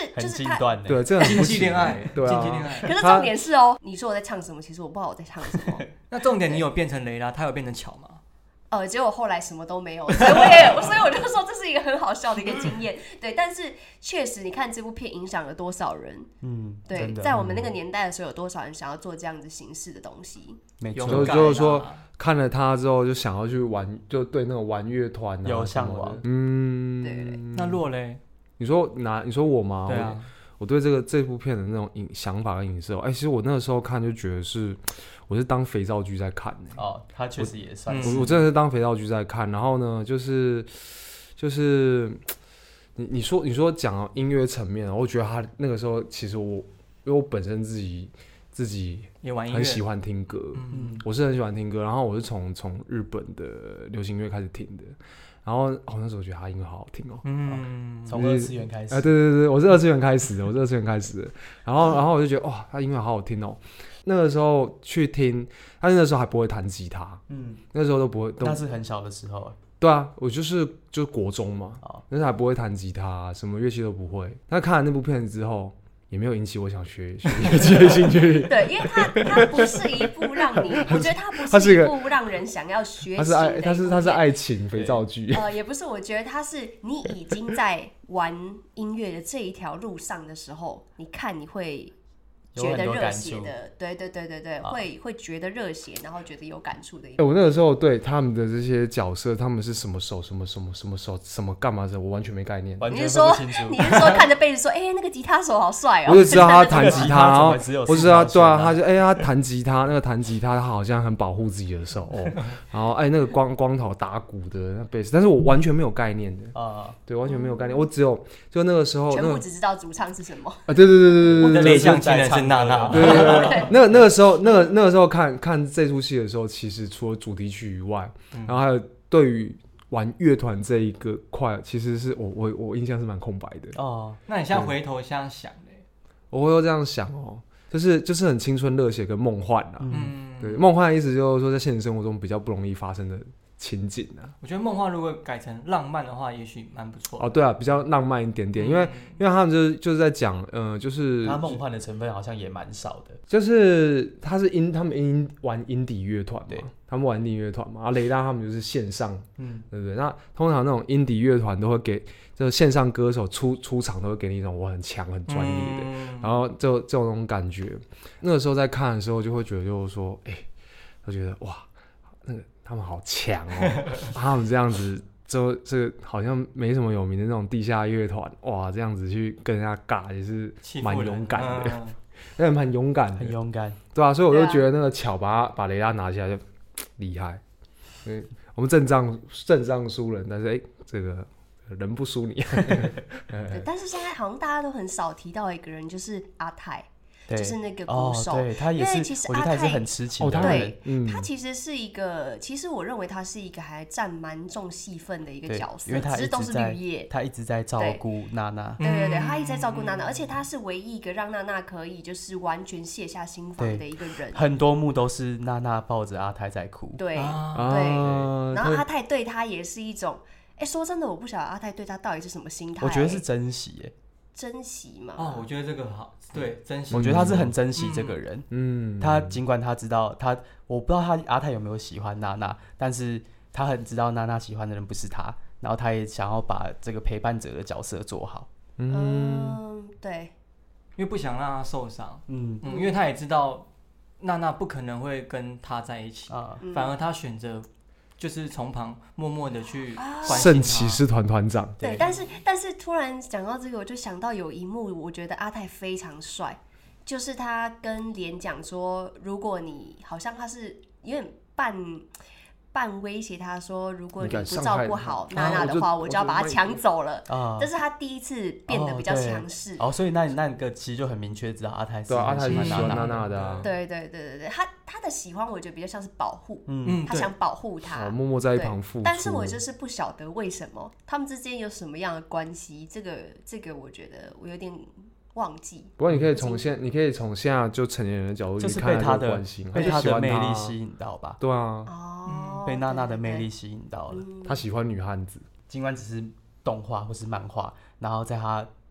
就是他， 对，这很禁忌恋爱， 对啊， 禁忌恋爱。 可是重点是哦，你说我在唱什么，其实我不知道我在唱什么。 那重点你有变成雷拉，他有变成巧吗？ 呃，结果后来什么都没有，所以我也，所以我就说这是一个很好笑的一个经验。对，但是确实，你看这部片影响了多少人？嗯，对，在我们那个年代的时候，有多少人想要做这样子形式的东西？ 没错， 就就是说看了他之后，就想要去玩，就对那种玩乐团啊有向往。 嗯， 对。 那洛嘞？ 你说哪？你说我吗？ 对啊。 我对这个这部片的那种影想法跟影射，哎、欸，其实我那个时候看就觉得是，我是当肥皂剧在看、欸。 哦，他确实也算是。 我我真的是当肥皂剧在看，然后呢，就是就是你你说你说讲音乐层面，我觉得他那个时候其实我因为我本身自己自己也玩音乐， 很喜欢听歌，嗯，我是很喜欢听歌，然后我是从从日本的流行乐开始听的。然后哦，那时候觉得他音乐好好听哦， 嗯，从二次元开始， 哎、呃，对对对，我是二次元开始的，我是二次元开始的。然后然后我就觉得哇，他音乐好好听哦。那个时候去听，他那个时候还不会弹吉他，嗯，那时候都不会，都那是很小的时候。 对啊，我就是就是国中嘛，那时候还不会弹吉他，什么乐器都不会。但看了那部片子之后，也没有引起我想学学乐器的兴趣。 对，因为它它不是一部让你，我觉得它不是一部让人想要学习的。 它是爱，它是它是爱情肥皂剧。 呃，也不是，我觉得它是你已经在玩音乐的这一条路上的时候，你看你会觉得热血的，对对对对对，啊、会会觉得热血，然后觉得有感触的一部。 欸、我那个时候对他们的这些角色，他们是什么手、什么什么什么手、什么干嘛的，我完全没概念。 你是说你是说看着贝斯说，哎、欸，那个吉他手好帅哦？ 我就知道他弹吉他，然后我知道，对啊，他就哎、欸，他弹吉他，那个弹吉他，他好像很保护自己的手，哦、然后哎、欸，那个光光头打鼓的那贝斯，但是我完全没有概念的啊，对，完全没有概念，我只有就那个时候， 全部只知道主唱是什么啊，对对对对对对， 我的内向情人是娜娜， 对对。那个那个时候，那个那个时候看看这出戏的时候，其实除了主题曲以外，嗯、然后还有对于玩乐团这一个块，其实是我我我印象是蛮空白的。 哦，那你现在回头这样想嘞？ 我会这样想哦，就是就是很青春热血跟梦幻啊。嗯，对，梦幻的意思就是说，在现实生活中比较不容易发生的情景啊。 我觉得梦幻如果改成浪漫的话，也许蛮不错。 哦，对啊，比较浪漫一点点，嗯、因为因为他们就是就是在讲，呃，就是他梦幻的成分好像也蛮少的。 就是他是音，他们音玩indie乐团嘛，他们玩indie乐团嘛，啊，雷达他们就是线上，嗯，对不对？那通常那种indie乐团都会给，就是线上歌手出出场都会给你一种我很强、很专业的，嗯、然后就这种感觉。那个时候在看的时候，就会觉得就是说，哎、欸，就觉得哇，那个他们好强哦，他们这样子。就这个好像没什么有名的那种地下乐团，哇，这样子去跟人家尬也是蛮勇敢的，那很、嗯、勇敢的， 很勇敢， 对啊，所以我就觉得那个巧把把雷拉拿下来就厉害。嗯，我们阵仗阵仗输人，但是哎、欸，这个人不输你。 对，但是现在好像大家都很少提到一个人，就是阿泰。就是那个鼓手， 哦、对他也是， 因为其实阿泰也是很痴情的人，对、 嗯， 他其实是一个，其实我认为他是一个还占蛮重戏份的一个角色， 因为他只是都是绿叶， 他一直在照顾娜娜， 对对对，他一直在照顾娜娜，而且他是唯一一个让娜娜可以就是完全卸下心防的一个人， 很多幕都是娜娜抱着阿泰在哭， 对、 啊、 对，然后阿泰对他也是一种，哎，说真的，我不晓得阿泰对他到底是什么心态， 我觉得是珍惜耶。 珍惜嘛？ 哦，我觉得这个好，对，珍惜。 我觉得他是很珍惜这个人。 嗯， 他尽管他知道他，我不知道他阿泰有没有喜欢娜娜，但是他很知道娜娜喜欢的人不是他，然后他也想要把这个陪伴者的角色做好。 嗯，嗯对， 因为不想让他受伤。嗯嗯，因为他也知道娜娜不可能会跟他在一起，啊、反而他选择。就是从旁默默的去关心他， 圣骑士团团长。 对，但是但是突然讲到这个，我就想到有一幕，我觉得阿泰非常帅，就是他跟莲讲说，如果你好像他是有点半半威胁他说，如果你不照顾好娜娜的话，我就要把他抢走了。啊，这是他第一次变得比较强势。 哦，所以那那个其实就很明确知道阿泰是阿泰是喜欢娜娜的啊。 对对对对对，他他的喜欢我觉得比较像是保护，嗯，他想保护他， 默默在一旁付出。 但是我就是不晓得为什么他们之间有什么样的关系，这个这个我觉得我有点。忘记。 不过你可以从现，你可以从现在就成年人的角度去看他的关心， 被他的魅力吸引到吧？ 对啊， 哦， 被娜娜的魅力吸引到了。 他喜欢女汉子， 尽管只是动画或是漫画，然后在他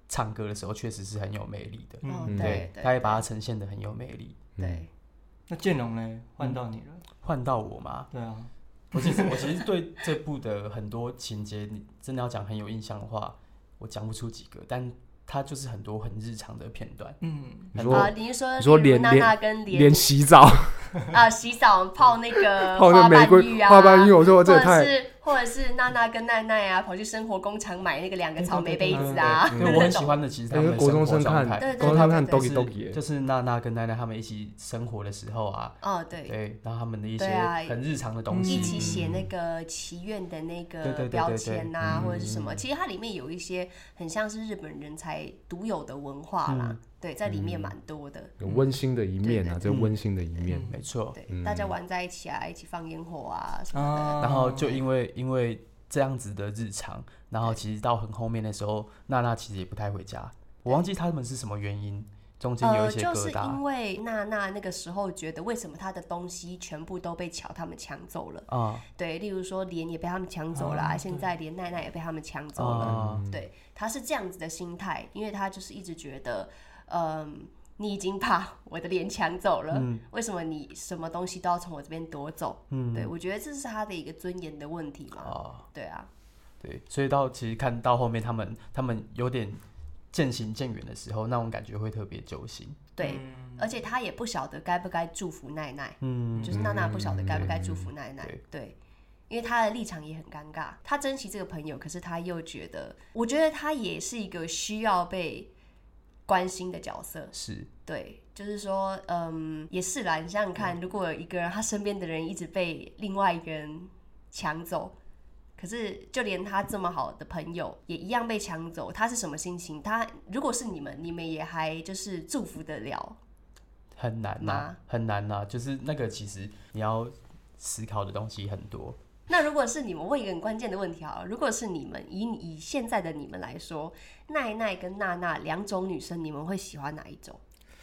唱歌的时候确实是很有魅力的， 哦， 对， 对， 他也把它呈现得很有魅力。 对。 那建龙呢？换到你了。 换到我吗？ 对啊。 我其实我其实对这部的很多情节，你真的要讲很有印象的话，我讲不出几个，但它就是很多很日常的片段。 嗯， 你说、 啊、你是说你说连娜娜跟连连洗澡啊，洗澡泡那个泡那花玫瑰瓣浴啊， 花瓣浴，我说这也太或者是或者是娜娜跟奈奈啊，跑去生活工厂买那个两个草莓杯子啊。 对，我很喜欢的其实他们的国中生看，国中生看 Doki Doki， 就是娜娜跟奈奈他们一起生活的时候啊， 哦对， 对，然后他们的一些很日常的东西， 一起写那个祈愿的那个标签呐，或者是什么，其实它里面有一些很像是日本人才独有的文化啦。对，在里面蛮多的， 有温馨的一面啊，这温馨的一面， 没错。 对，大家玩在一起啊，一起放烟火啊什么的。 然后就因为因为这样子的日常，然后其实到很后面的时候，娜娜其实也不太回家。我忘记他们是什么原因，中间有一些疙瘩。呃， 就是因为娜娜那个时候觉得，为什么她的东西全部都被乔他们抢走了啊？对，例如说莲也被他们抢走了，啊，现在连奈奈也被他们抢走了。啊，对，她是这样子的心态，因为她就是一直觉得。嗯，你已经把我的脸抢走了，嗯，为什么你什么东西都要从我这边夺走？嗯，对，我觉得这是他的一个尊严的问题嘛。哦，对啊， 对，所以到其实看到后面，他们他们有点渐行渐远的时候，那种感觉会特别揪心。 对，嗯，而且他也不晓得该不该祝福奈奈，嗯，就是娜娜不晓得该不该祝福奈奈，嗯，对。对，因为他的立场也很尴尬，他珍惜这个朋友，可是他又觉得，我觉得他也是一个需要被关心的角色， 是对，就是说，嗯，也是啦。你想想看，如果有一个人他身边的人一直被另外一个人抢走，可是就连他这么好的朋友也一样被抢走，他是什么心情？他如果是你们，你们也还就是祝福得了？ 很难呐，很难呐，就是那个其实你要思考的东西很多。 那如果是你们，问一个很关键的问题好了，如果是你们以以现在的你们来说，奈奈跟娜娜两种女生，你们会喜欢哪一种？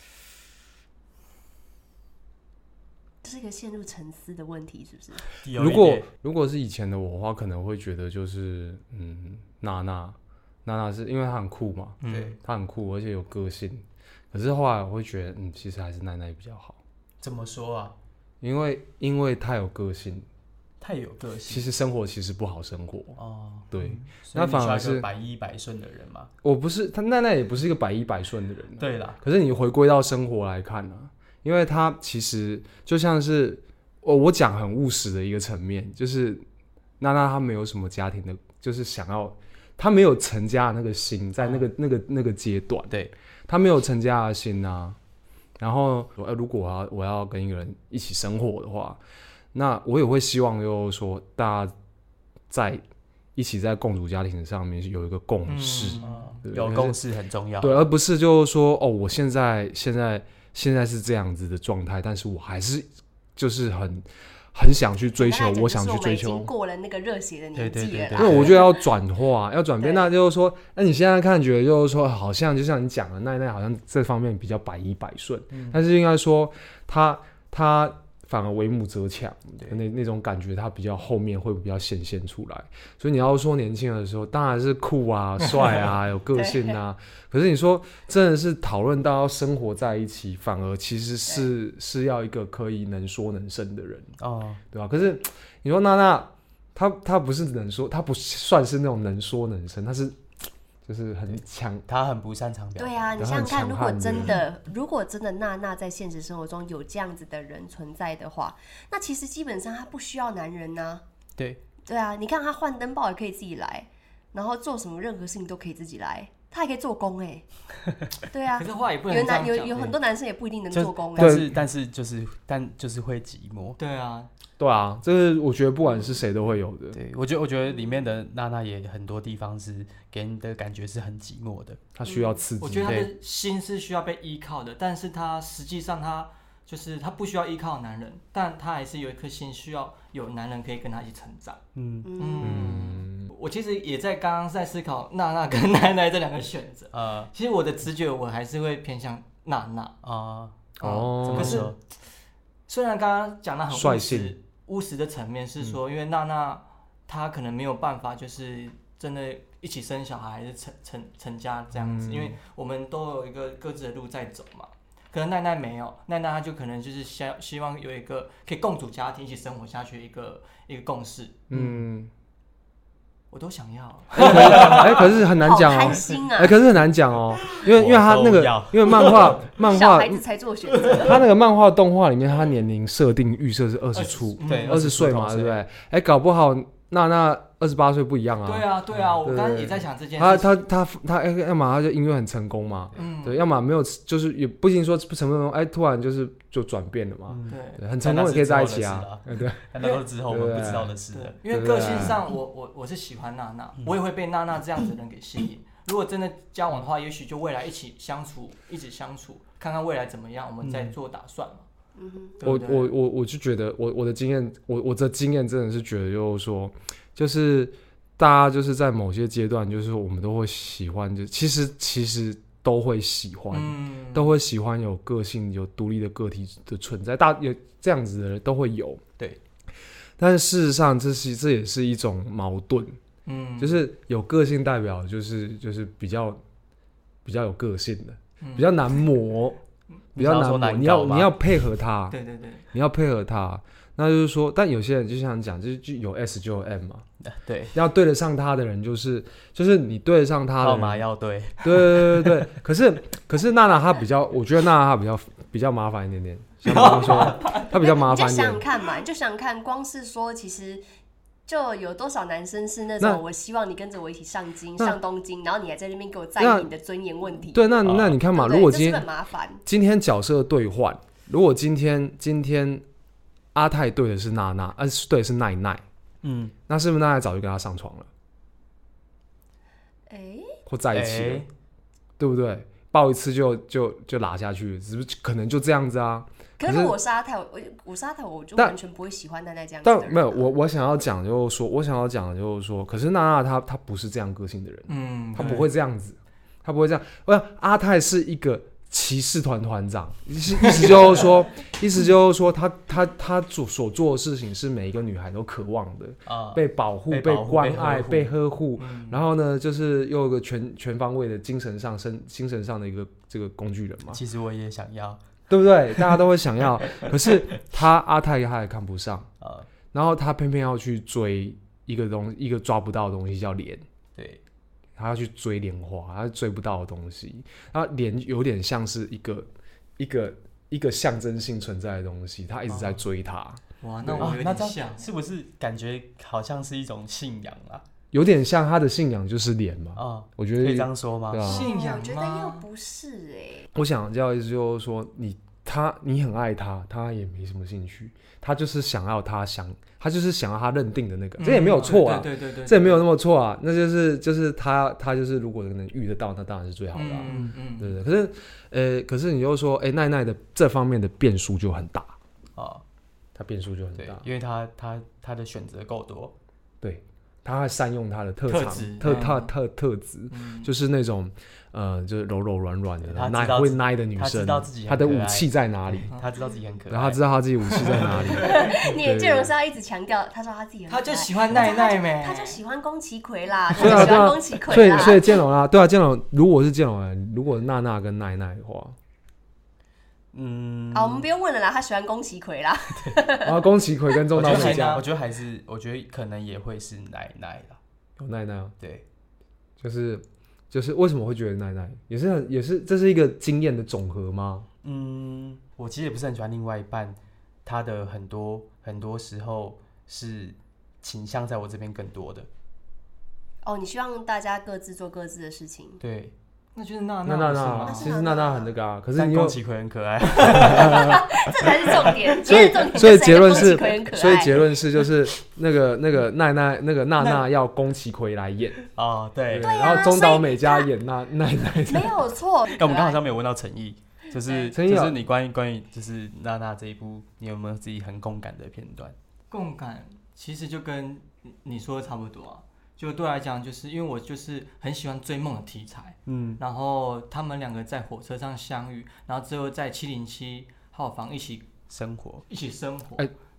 这是一个陷入沉思的问题，是不是？ 如果如果是以前的我的话，可能会觉得就是嗯，娜娜娜娜是因为她很酷嘛，对，嗯，她很酷，而且有个性。可是后来我会觉得，嗯，其实还是奈奈比较好。 怎么说啊？ 因为因为她有个性。 太有个性， 其实生活其实不好生活哦。对， 嗯，那反而是百依百顺的人嘛。 我不是，他奈奈也不是一个百依百顺的人，啊。 对啦， 可是你回归到生活来看呢，啊，因为他其实就像是我我讲很务实的一个层面，就是娜娜她没有什么家庭的，就是想要她没有成家的那个心，在那个、哦、那个那个阶段， 对， 她没有成家的心啊。然后如果我要我要跟一个人一起生活的话。那我也会希望，就是说大家在一起在共组家庭上面有一个共识， 嗯，有共识很重要， 对，而不是就是说哦，我现在现在现在是这样子的状态，但是我还是就是很很想去追求，我想去追求， 已经过了那个热血的年纪了， 因为我觉得要转化，要转变，那就是说，那你现在看觉得就是说，好像就像你讲的，奈奈好像这方面比较百依百顺，嗯，但是应该说他他。反而为母则强的那那种感觉，它比较后面会比较显现出来。所以你要说年轻的时候，当然是酷啊、帅啊、有个性啊。可是你说真的是讨论到要生活在一起，反而其实是是要一个可以能说能生的人哦，对吧？可是你说娜娜，她她不是能说，她不算是那种能说能生，她是。就是很强， 他很不擅长表达。 对啊，你想想看，如果真的，如果真的娜娜在现实生活中有这样子的人存在的话，那其实基本上她不需要男人啊。 对。 对啊，你看她换灯泡也可以自己来，然后做什么任何事情都可以自己来，她还可以做工哎、欸。对啊。 可是话也不能这样讲。 有有有很多男生也不一定能做工、欸， 但是但是就是但就是会寂寞。 对啊。 对啊，这是我觉得不管是谁都会有的。 对，我觉得我觉得里面的娜娜也很多地方是给人的感觉是很寂寞的， 她需要刺激。 我觉得她的心是需要被依靠的，但是她实际上她就是她不需要依靠男人，但她还是有一颗心需要有男人可以跟她一起成长。嗯嗯，我其实也在刚刚在思考娜娜跟奈奈这两个选择。呃，其实我的直觉我还是会偏向娜娜啊。哦，可是虽然刚刚讲的很务实。务实的层面是说，因为娜娜她可能没有办法，就是真的一起生小孩还是成成成家这样子， 嗯、 因为我们都有一个各自的路在走嘛。可能奈奈没有，奈奈她就可能就是希希望有一个可以共组家庭一起生活下去的一个一个共识。嗯，我都想要。 哎、欸，可是很难讲哦。 好开心啊！ 哎、欸，可是很难讲哦，因为因为他那个，因为漫画漫画小孩子才做选择。 他那个漫画动画里面，他年龄设定预设是二十出， 对， 二十岁嘛，对不对？哎、欸，搞不好娜娜二十八岁不一样啊。 对啊，对啊，我刚刚也在想这件事。 他他他他，哎、欸，要么他就音乐很成功嘛，嗯，对，要么没有，就是也不一定说不成功，哎、欸，突然就是就转变了嘛，嗯、对，很成功也可以在一起啊，对， 那都是之后我们不知道的事了。 因为个性上我，我我我是喜欢娜娜，我也会被娜娜这样子的人给吸引。如果真的交往的话，也许就未来一起相处，一直相处，看看未来怎么样，我们再做打算嘛。 嗯哼， 我我我我就觉得，我我的经验，我我的经验真的是觉得，就是说，就是大家就是在某些阶段，就是我们都会喜欢，就其实其实都会喜欢，嗯、都会喜欢有个性、有独立的个体的存在，大有这样子的人都会有， 对。 但是事实上，这是这也是一种矛盾，嗯，就是有个性代表就是就是比较比较有个性的，嗯、比较难磨。比较难磨，你要你要配合他， 对对对， 你要配合他。那就是说，但有些人就像讲，就是就有 S 就有 M 嘛， 对， 要对得上他的人，就是就是你对得上他的人， 号码要对， 对对对对。可是可是娜娜她比较，我觉得娜娜她比较比较麻烦一点点，像刚刚说，她比较麻烦一点。 你就想想看嘛，你就想想看，光是说其实。就有多少男生是那种我希望你跟着我一起上京上东京，然后你还在那边给我在意你的尊严问题？ 对，那那你看嘛， 对对， 如果今天很麻烦， 今天角色兑换，如果今天今天阿泰对的是娜娜，呃，对的是奈奈，嗯，那是不是奈奈早就跟他上床了？ 哎、欸， 或在一起了， 欸、 对不对？抱一次就就就拉下去，只是可能就这样子啊。 可是我是阿泰，我我是阿泰，我就完全不会喜欢奈奈这样子的人、啊。 但没有，我我想要讲就是说，我想要讲的就是说，可是娜娜她她不是这样个性的人，嗯，她不会这样子，她不会这样。我想阿泰是一个骑士团团长，意思意思就是说，意思就是说他，他他他所所做的事情是每一个女孩都渴望的，啊、被保护、被, 被关爱、被呵护，嗯、然后呢，就是又有个全全方位的精神上、身精神上的一个这个工具人嘛。 其实我也想要。 对不对？大家都会想要，可是他阿泰他也看不上，呃、然后他偏偏要去追一个东一个抓不到的东西叫莲， 对， 他要去追莲花，他追不到的东西，然后莲有点像是一个一个一个象征性存在的东西，他一直在追他。 哦、哇，那我有点像， 是不是感觉好像是一种信仰啊？ 有点像他的信仰就是莲嘛，哦、我觉得可以这样说吗？ 对啊、 信仰吗？ 我觉得又不是哎、欸。 我想要意思就是说，你他你很爱他，他也没什么兴趣，他就是想要他想，他就是想要他认定的那个，嗯、这也没有错啊， 对对 对, 对, 对， 这也没有那么错啊，那就是就是他他就是如果能遇得到，那当然是最好的、啊，嗯嗯，对不对？可是呃，可是你又说，哎、欸，奈奈的这方面的变数就很大啊，他变数就很大， 因为他他他的选择够多， 对。他会善用他的特长、特特特特质，嗯、就是那种呃，就是柔柔软软的，奶会奶的女生。 他知道自己他的武器在哪里？ 他知道自己很可爱。 然后他知道他自己武器在哪里。 你也建荣是要一直强调，他说他自己很可爱。 他就喜欢奈奈没？ 他就喜欢宫崎葵啦，他就喜欢宫崎葵啦。 所以所以建荣啦，对啊，建荣如果是建荣，如果娜娜跟奈奈的话。 嗯， 好，我们不用问了啦，他喜欢宫崎葵啦。 然后宫崎葵跟中岛美嘉， 我觉得还是，我觉得可能也会是奈奈啦。 有奈奈啊， 对， 就是就是为什么会觉得奈奈也是很也是这是一个经验的总和吗？ 嗯，我其实也不是很喜欢另外一半，他的很多很多时候是倾向在我这边更多的。 哦，你希望大家各自做各自的事情。 对。 那就是娜娜娜娜，其实娜娜很那个啊，可是你宫崎葵很可爱， 这才是重点。 所以重点所以结论是，所以结论是就是那个那个奈奈那个娜娜要宫崎葵来演哦，对， 然后中岛美嘉演那奈奈， 没有错。 那我们刚好像没有问到诚意，就是就是你关于关于就是娜娜这一部，你有没有自己很共感的片段？ 共感其实就跟你说的差不多啊。就对我来讲，就是因为我就是很喜欢追梦的题材，嗯，然后他们两个在火车上相遇，然后之后在七零七号房一起生活， 一起生活。 哎、欸，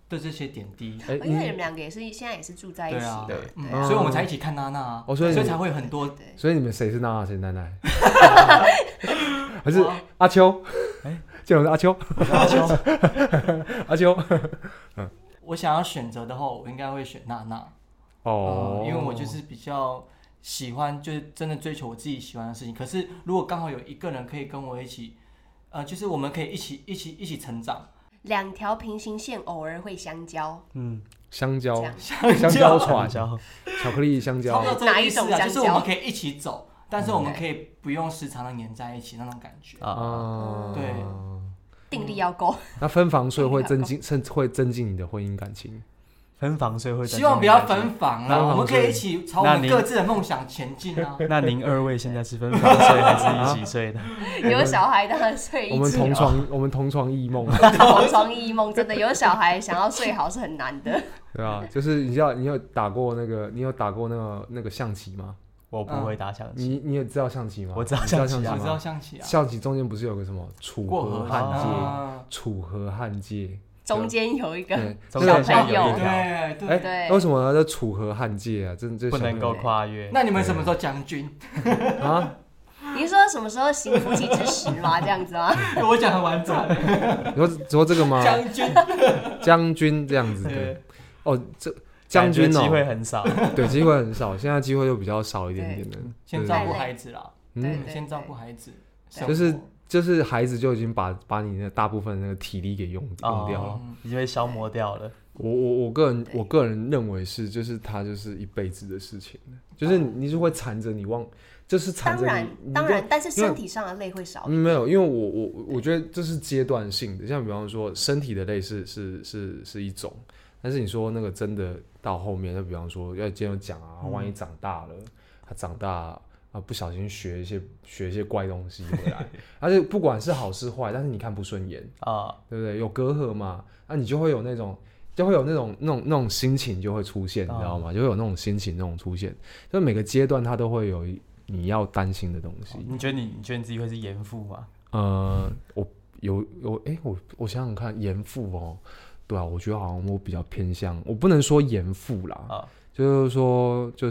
的这些点滴。 欸、因为你们两个也是现在也是住在一起的， 对啊， 对对啊，所以我们才一起看娜娜啊， 哦，所以所以才会很多。 所以你们谁是娜娜，谁是奈奈？还是阿秋？哎，这种是阿秋， 阿秋， 阿秋。 嗯，我想要选择的话，我应该会选娜娜。 哦、 嗯，因为我就是比较喜欢，就是真的追求我自己喜欢的事情。可是如果刚好有一个人可以跟我一起，呃，就是我们可以一起一起一起成长。 两条平行线偶尔会相交， 嗯，香蕉， 香蕉船，巧克力香蕉， 哪一种香蕉？ 就是我们可以一起走，但是我们可以不用时常的黏在一起那种感觉啊。对， 定力要够。 那分房睡会增进，甚至会增进你的婚姻感情。 分房睡会增进， 希望不要分房啦，我们可以一起朝我们各自的梦想前进啊。 那您二位现在是分房睡还是一起睡的？ 有小孩当然睡一起。 我们同床，我们同床异梦。 同床异梦真的有小孩想要睡好是很难的。 对啊，就是你知道你有打过那个，你有打过那个那个象棋吗？ 我不会打象棋。 你你也知道象棋吗？ 我知道象棋， 我知道象棋啊。 象棋中间不是有个什么楚河汉界？楚河汉界。 中间有一个小朋友， 对对对， 为什么叫楚河汉界啊？真这不能够跨越。 那你们什么时候将军啊？ 你说什么时候行夫妻之实吗？这样子吗？ 我讲很完整。 你说说这个吗？ 将军， 将军这样子的。哦，这将军哦， 机会很少。 对，机会很少。现在机会又比较少一点点的。 先照顾孩子啦， 嗯， 先照顾孩子， 就是。就是孩子就已经把把你那大部分那个体力给用用掉了， 哦、已经被消磨掉了。 我我我个人我个人认为是，就是他就是一辈子的事情，就是你就会缠着你忘，就是缠着你。 当然当然，但是身体上的累会少。 嗯，没有，因为我我我觉得这是阶段性的，像比方说身体的累是是是是一种，但是你说那个真的到后面，就比方说要今天有讲啊，万一长大了，他长大。啊，不小心学一些学一些怪东西回来，而且不管是好是坏，但是你看不顺眼啊，对不对？有隔阂嘛，啊，你就会有那种，就会有那种那种那种心情就会出现，你知道吗？就会有那种心情那种出现，就每个阶段它都会有你要担心的东西。 你觉得你你觉得你自己会是严父吗？ 呃，我有有哎、欸，我我想想看，严父哦，对啊，我觉得好像我比较偏向，我不能说严父啦。啊，就是说，就是，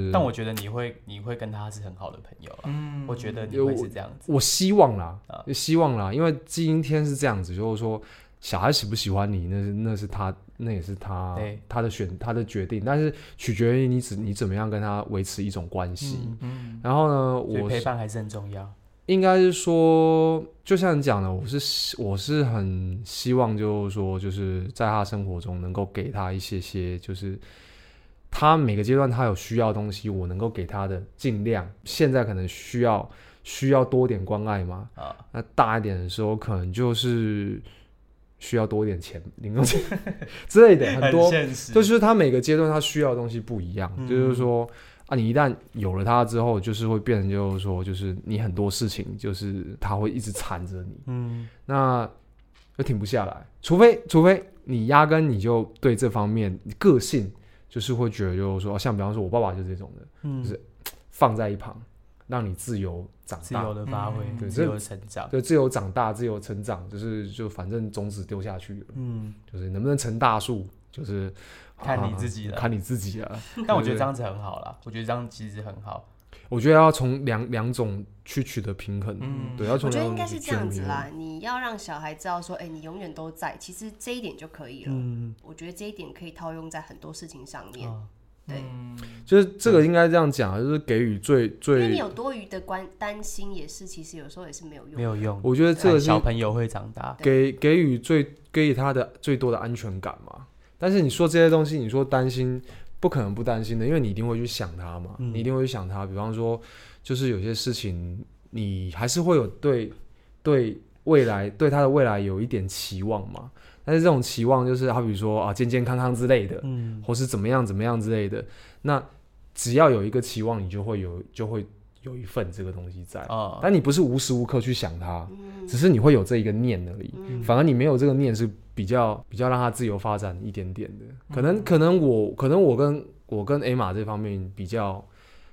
但我觉得你会，你会跟他是很好的朋友啊。嗯，我觉得你会是这样子。 我, 我希望啦，啊、希望啦，因为今天是这样子，就是说，小孩喜不喜欢你，那是那是他，那也是他他的选他的决定，但是取决于你怎你怎么样跟他维持一种关系。嗯, 嗯，然后呢，我陪伴还是很重要。 应该是说，就像你讲的，我是我是很希望，就是说，就是在他生活中能够给他一些些，就是。他每个阶段他有需要的东西，我能够给他的尽量。现在可能需要需要多点关爱嘛，啊，那大一点的时候可能就是需要多一点钱、零用钱之类的，很多， 很就是他每个阶段他需要的东西不一样。嗯、就是说啊，你一旦有了他之后，就是会变成就是说，就是你很多事情就是他会一直缠着你，嗯，那就停不下来，除非除非你压根你就对这方面个性。就是会觉得，就是说，像比方说，我爸爸就是这种的，嗯、就是放在一旁，让你自由长大， 自由的发挥，嗯、对，自由成长， 对，自由长大，自由成长，就是就反正种子丢下去了，嗯，就是能不能成大树，就是看你自己了， 看你自己了。 但我觉得这样子很好啦，我觉得这样其实很好。 我觉得要从两两种去取得平衡，嗯，对，要从我觉得应该是这样子啦。你要让小孩知道说，哎、欸，你永远都在，其实这一点就可以了。嗯，我觉得这一点可以套用在很多事情上面。哦、对、嗯， 就是这个应该这样讲，就是给予最最， 因为你有多余的关担心，也是其实有时候也是没有用的， 没有用。 我觉得这个是小朋友会长大， 给给予最给予他的最多的安全感嘛。但是你说这些东西，你说担心，不可能不担心的，因为你一定会去想他嘛，嗯、你一定会去想他。比方说。就是有些事情，你还是会有对对未来对他的未来有一点期望嘛。但是这种期望就是，好比说啊健健康康之类的，嗯，或是怎么样怎么样之类的。那只要有一个期望，你就会有就会有一份这个东西在。哦、但你不是无时无刻去想它，嗯、只是你会有这一个念而已。嗯、反而你没有这个念是比较比较让它自由发展一点点的。可能可能我可能我跟我跟 Emma 这方面比较。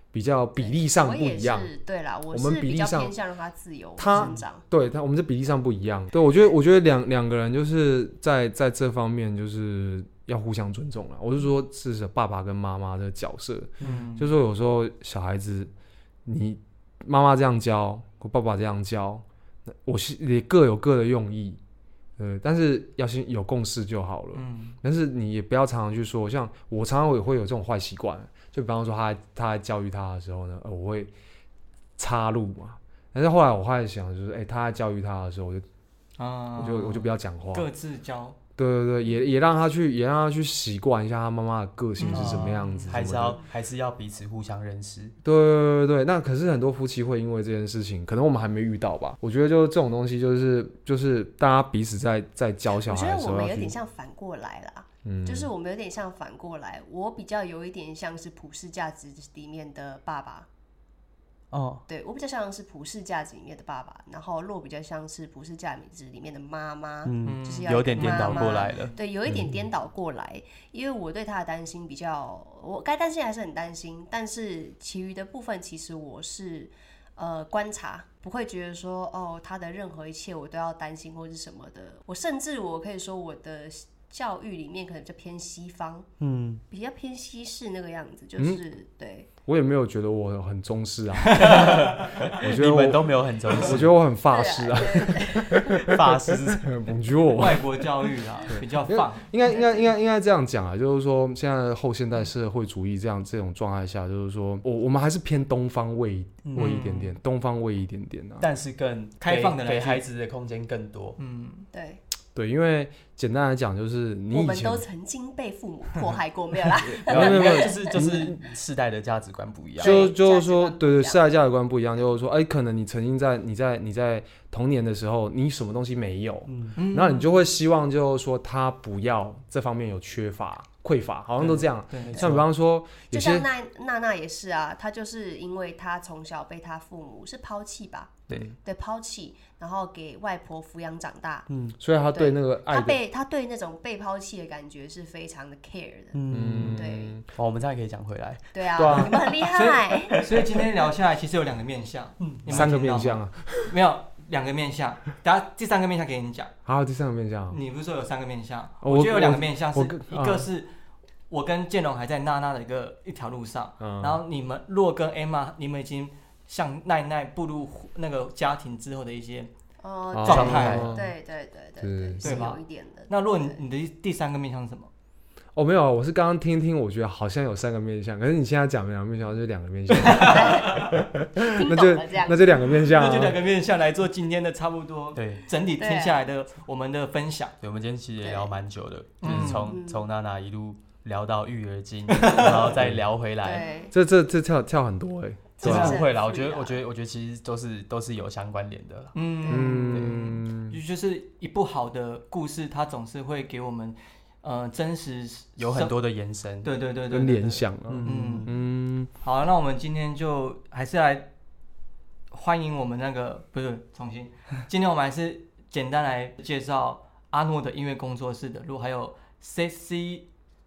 比较比例上不一样。 对啦，我们是比较偏向让他自由生长。 对他，我们这比例上不一样。对，我觉得，我觉得两两个人就是在在这方面就是要互相尊重啦。我是说，是爸爸跟妈妈的角色。嗯，就是说有时候小孩子，你妈妈这样教，或爸爸这样教，我是也各有各的用意。呃，但是要先有共识就好了。嗯，但是你也不要常常去说，像我常常也会有这种坏习惯，就比方说他他在教育他的时候呢，呃，我会插入嘛。但是后来我后来想，就是哎、欸，他在教育他的时候，我就啊，我就我就不要讲话， 各自教。 对对对，也也让他去，也让他去习惯一下他妈妈的个性是什么样子， 嗯、还是要还是要彼此互相认识。 对对对对，那可是很多夫妻会因为这件事情，可能我们还没遇到吧。我觉得就这种东西，就是就是大家彼此在在教小孩的时候， 我觉得我们有点像反过来啦，嗯，就是我们有点像反过来，我比较有一点像是普世价值里面的爸爸。哦，对，我比较像是普世价值里面的爸爸，然后洛比较像是普世价值里面的妈妈，嗯，就是要有点颠倒过来了， 对，有一点颠倒过来，嗯、因为我对他的担心比较，我该担心还是很担心，但是其余的部分其实我是呃观察，不会觉得说哦他的任何一切我都要担心或是什么的，我甚至我可以说我的教育里面可能就偏西方，嗯，比较偏西式那个样子，就是、嗯、对。 我也没有觉得我很中式啊，我觉得你们都没有很中式， 我觉得我很法式啊， 法式 ，Bonjour， 外国教育啊，比较放， 应该应该应该应该这样讲啊，就是说现在的后现代社会主义这样这种状态下，就是说我我们还是偏东方味味一点点，东方味一点点啊， 但是更开放的， 给孩子的空间更多， 嗯，对。 对，因为简单来讲，就是你以前我们都曾经被父母迫害过，没有啦， 没有没有，就是就是世代的价值观不一样， 就就是说，对对，世代价值观不一样，就是说，哎，可能你曾经在你在你在童年的时候，你什么东西没有，嗯，然后你就会希望就是说他不要这方面有缺乏。匮乏好像都这样，像比方说， 就像娜娜娜也是啊，她就是因为她从小被她父母是抛弃吧， 对对抛弃，然后给外婆抚养长大， 嗯，所以她对那个爱的， 她被她对那种被抛弃的感觉是非常的 care 的，嗯，对， 哦，我们这样可以讲回来， 对啊，对啊你们很厉害， 所以, 所以今天聊下来，其实有两个面向，嗯， 三个面向啊， 没有。两个面向，等下第三个面向给你讲。 好，第三个面向， 你不是说有三个面向？我, 我觉得有两个面向，是一个是我跟建龙还在娜娜的一个一条路上，嗯、然后你们洛跟 Emma， 你们已经像奈奈步入那个家庭之后的一些状态， 哦、对对对对对，是有一点的。 那如果你你的第三个面向是什么？ 哦，没有，我是刚刚听听，我觉得好像有三个面向，可是你现在讲两个面向，就是两个面向， 那就那就两个面向、啊， 那就两个面向来做今天的差不多对整体听下来的我们的分享。 对，我们今天其实也聊蛮久的，就是从从娜娜一路聊到育儿经，然后再聊回来， 这这这跳跳很多哎、欸。 其实不会啦，我觉得，我觉得，我觉得其实都是都是有相关联的啦。 嗯，嗯，就是一部好的故事，它总是会给我们。呃，真实有很多的延伸， 对对对对， 跟联想啊， 嗯嗯，好，那我们今天就还是来欢迎我们那个，不是重新，今天我们还是简单来介绍阿诺的音乐工作室的路，还有 Sexy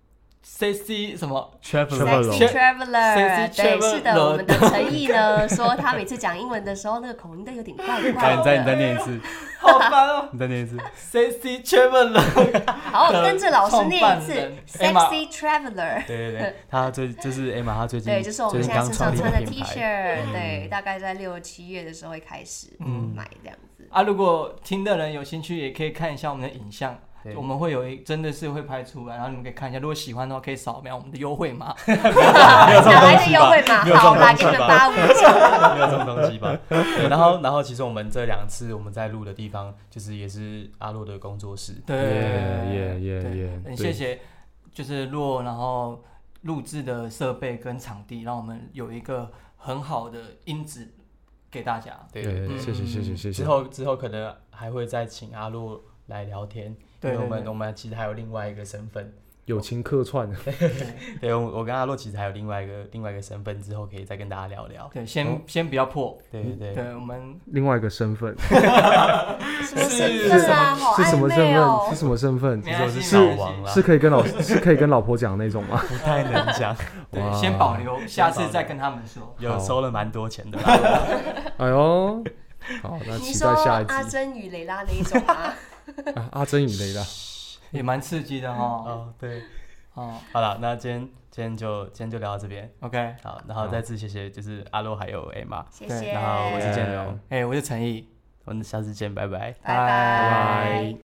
Sexy 什么 Sexy Traveler， 对，是的，我们的陈毅呢说他每次讲英文的时候，那个口音都有点怪怪的。 你再你再念一次， 好烦哦！ 你再念一次 ，Sexy Traveler。 好，跟着老师念一次 ，Sexy Traveler。 对对对，他最就是 Emma， 他最近对，就是我们现在身上穿的 T 恤，对，大概在六七月的时候会开始买这样子。 啊，如果听的人有兴趣，也可以看一下我们的影像。我们会有一真的是会拍出来，然后你们可以看一下，如果喜欢的话可以扫描我们的优惠码。 哪来的优惠码？好啦，给你们八五折。 没有这种东西吧？对，然后然后其实我们这两次我们在录的地方，就是也是阿洛的工作室。 对， 耶耶耶！ 很谢谢，就是洛，然后录制的设备跟场地，让我们有一个很好的音质给大家。 对对对， 谢谢谢谢谢谢。 之后之后可能还会再请阿洛来聊天。对，我们我们其实还有另外一个身份， 友情客串。 对，我我跟阿洛其实还有另外一个另外一个身份，之后可以再跟大家聊聊。 对，先、哦、先不要破。 对对对， 对我们另外一个身份。 什么身份啊？好是什么身份？ 哦、 是什么身份？ 是小王啦。 是可以跟老是可以跟老婆讲那种吗？ 不太能讲。 对，先保留，下次再跟他们说。 有收了蛮多钱的啦。 哎呦，好，那期待下一集。 你说阿珍与蕾拉那一种啊？ 啊，阿珍与蕾拉也蛮刺激的哦。 哦，对。 哦， 好了，那今天今天就今天就聊到这边 ，OK， 好，然后再次谢谢就是阿洛还有 Emma， 谢谢， 然后我是建荣， 哎，我是陈毅， 我们下次见，拜拜， 拜拜。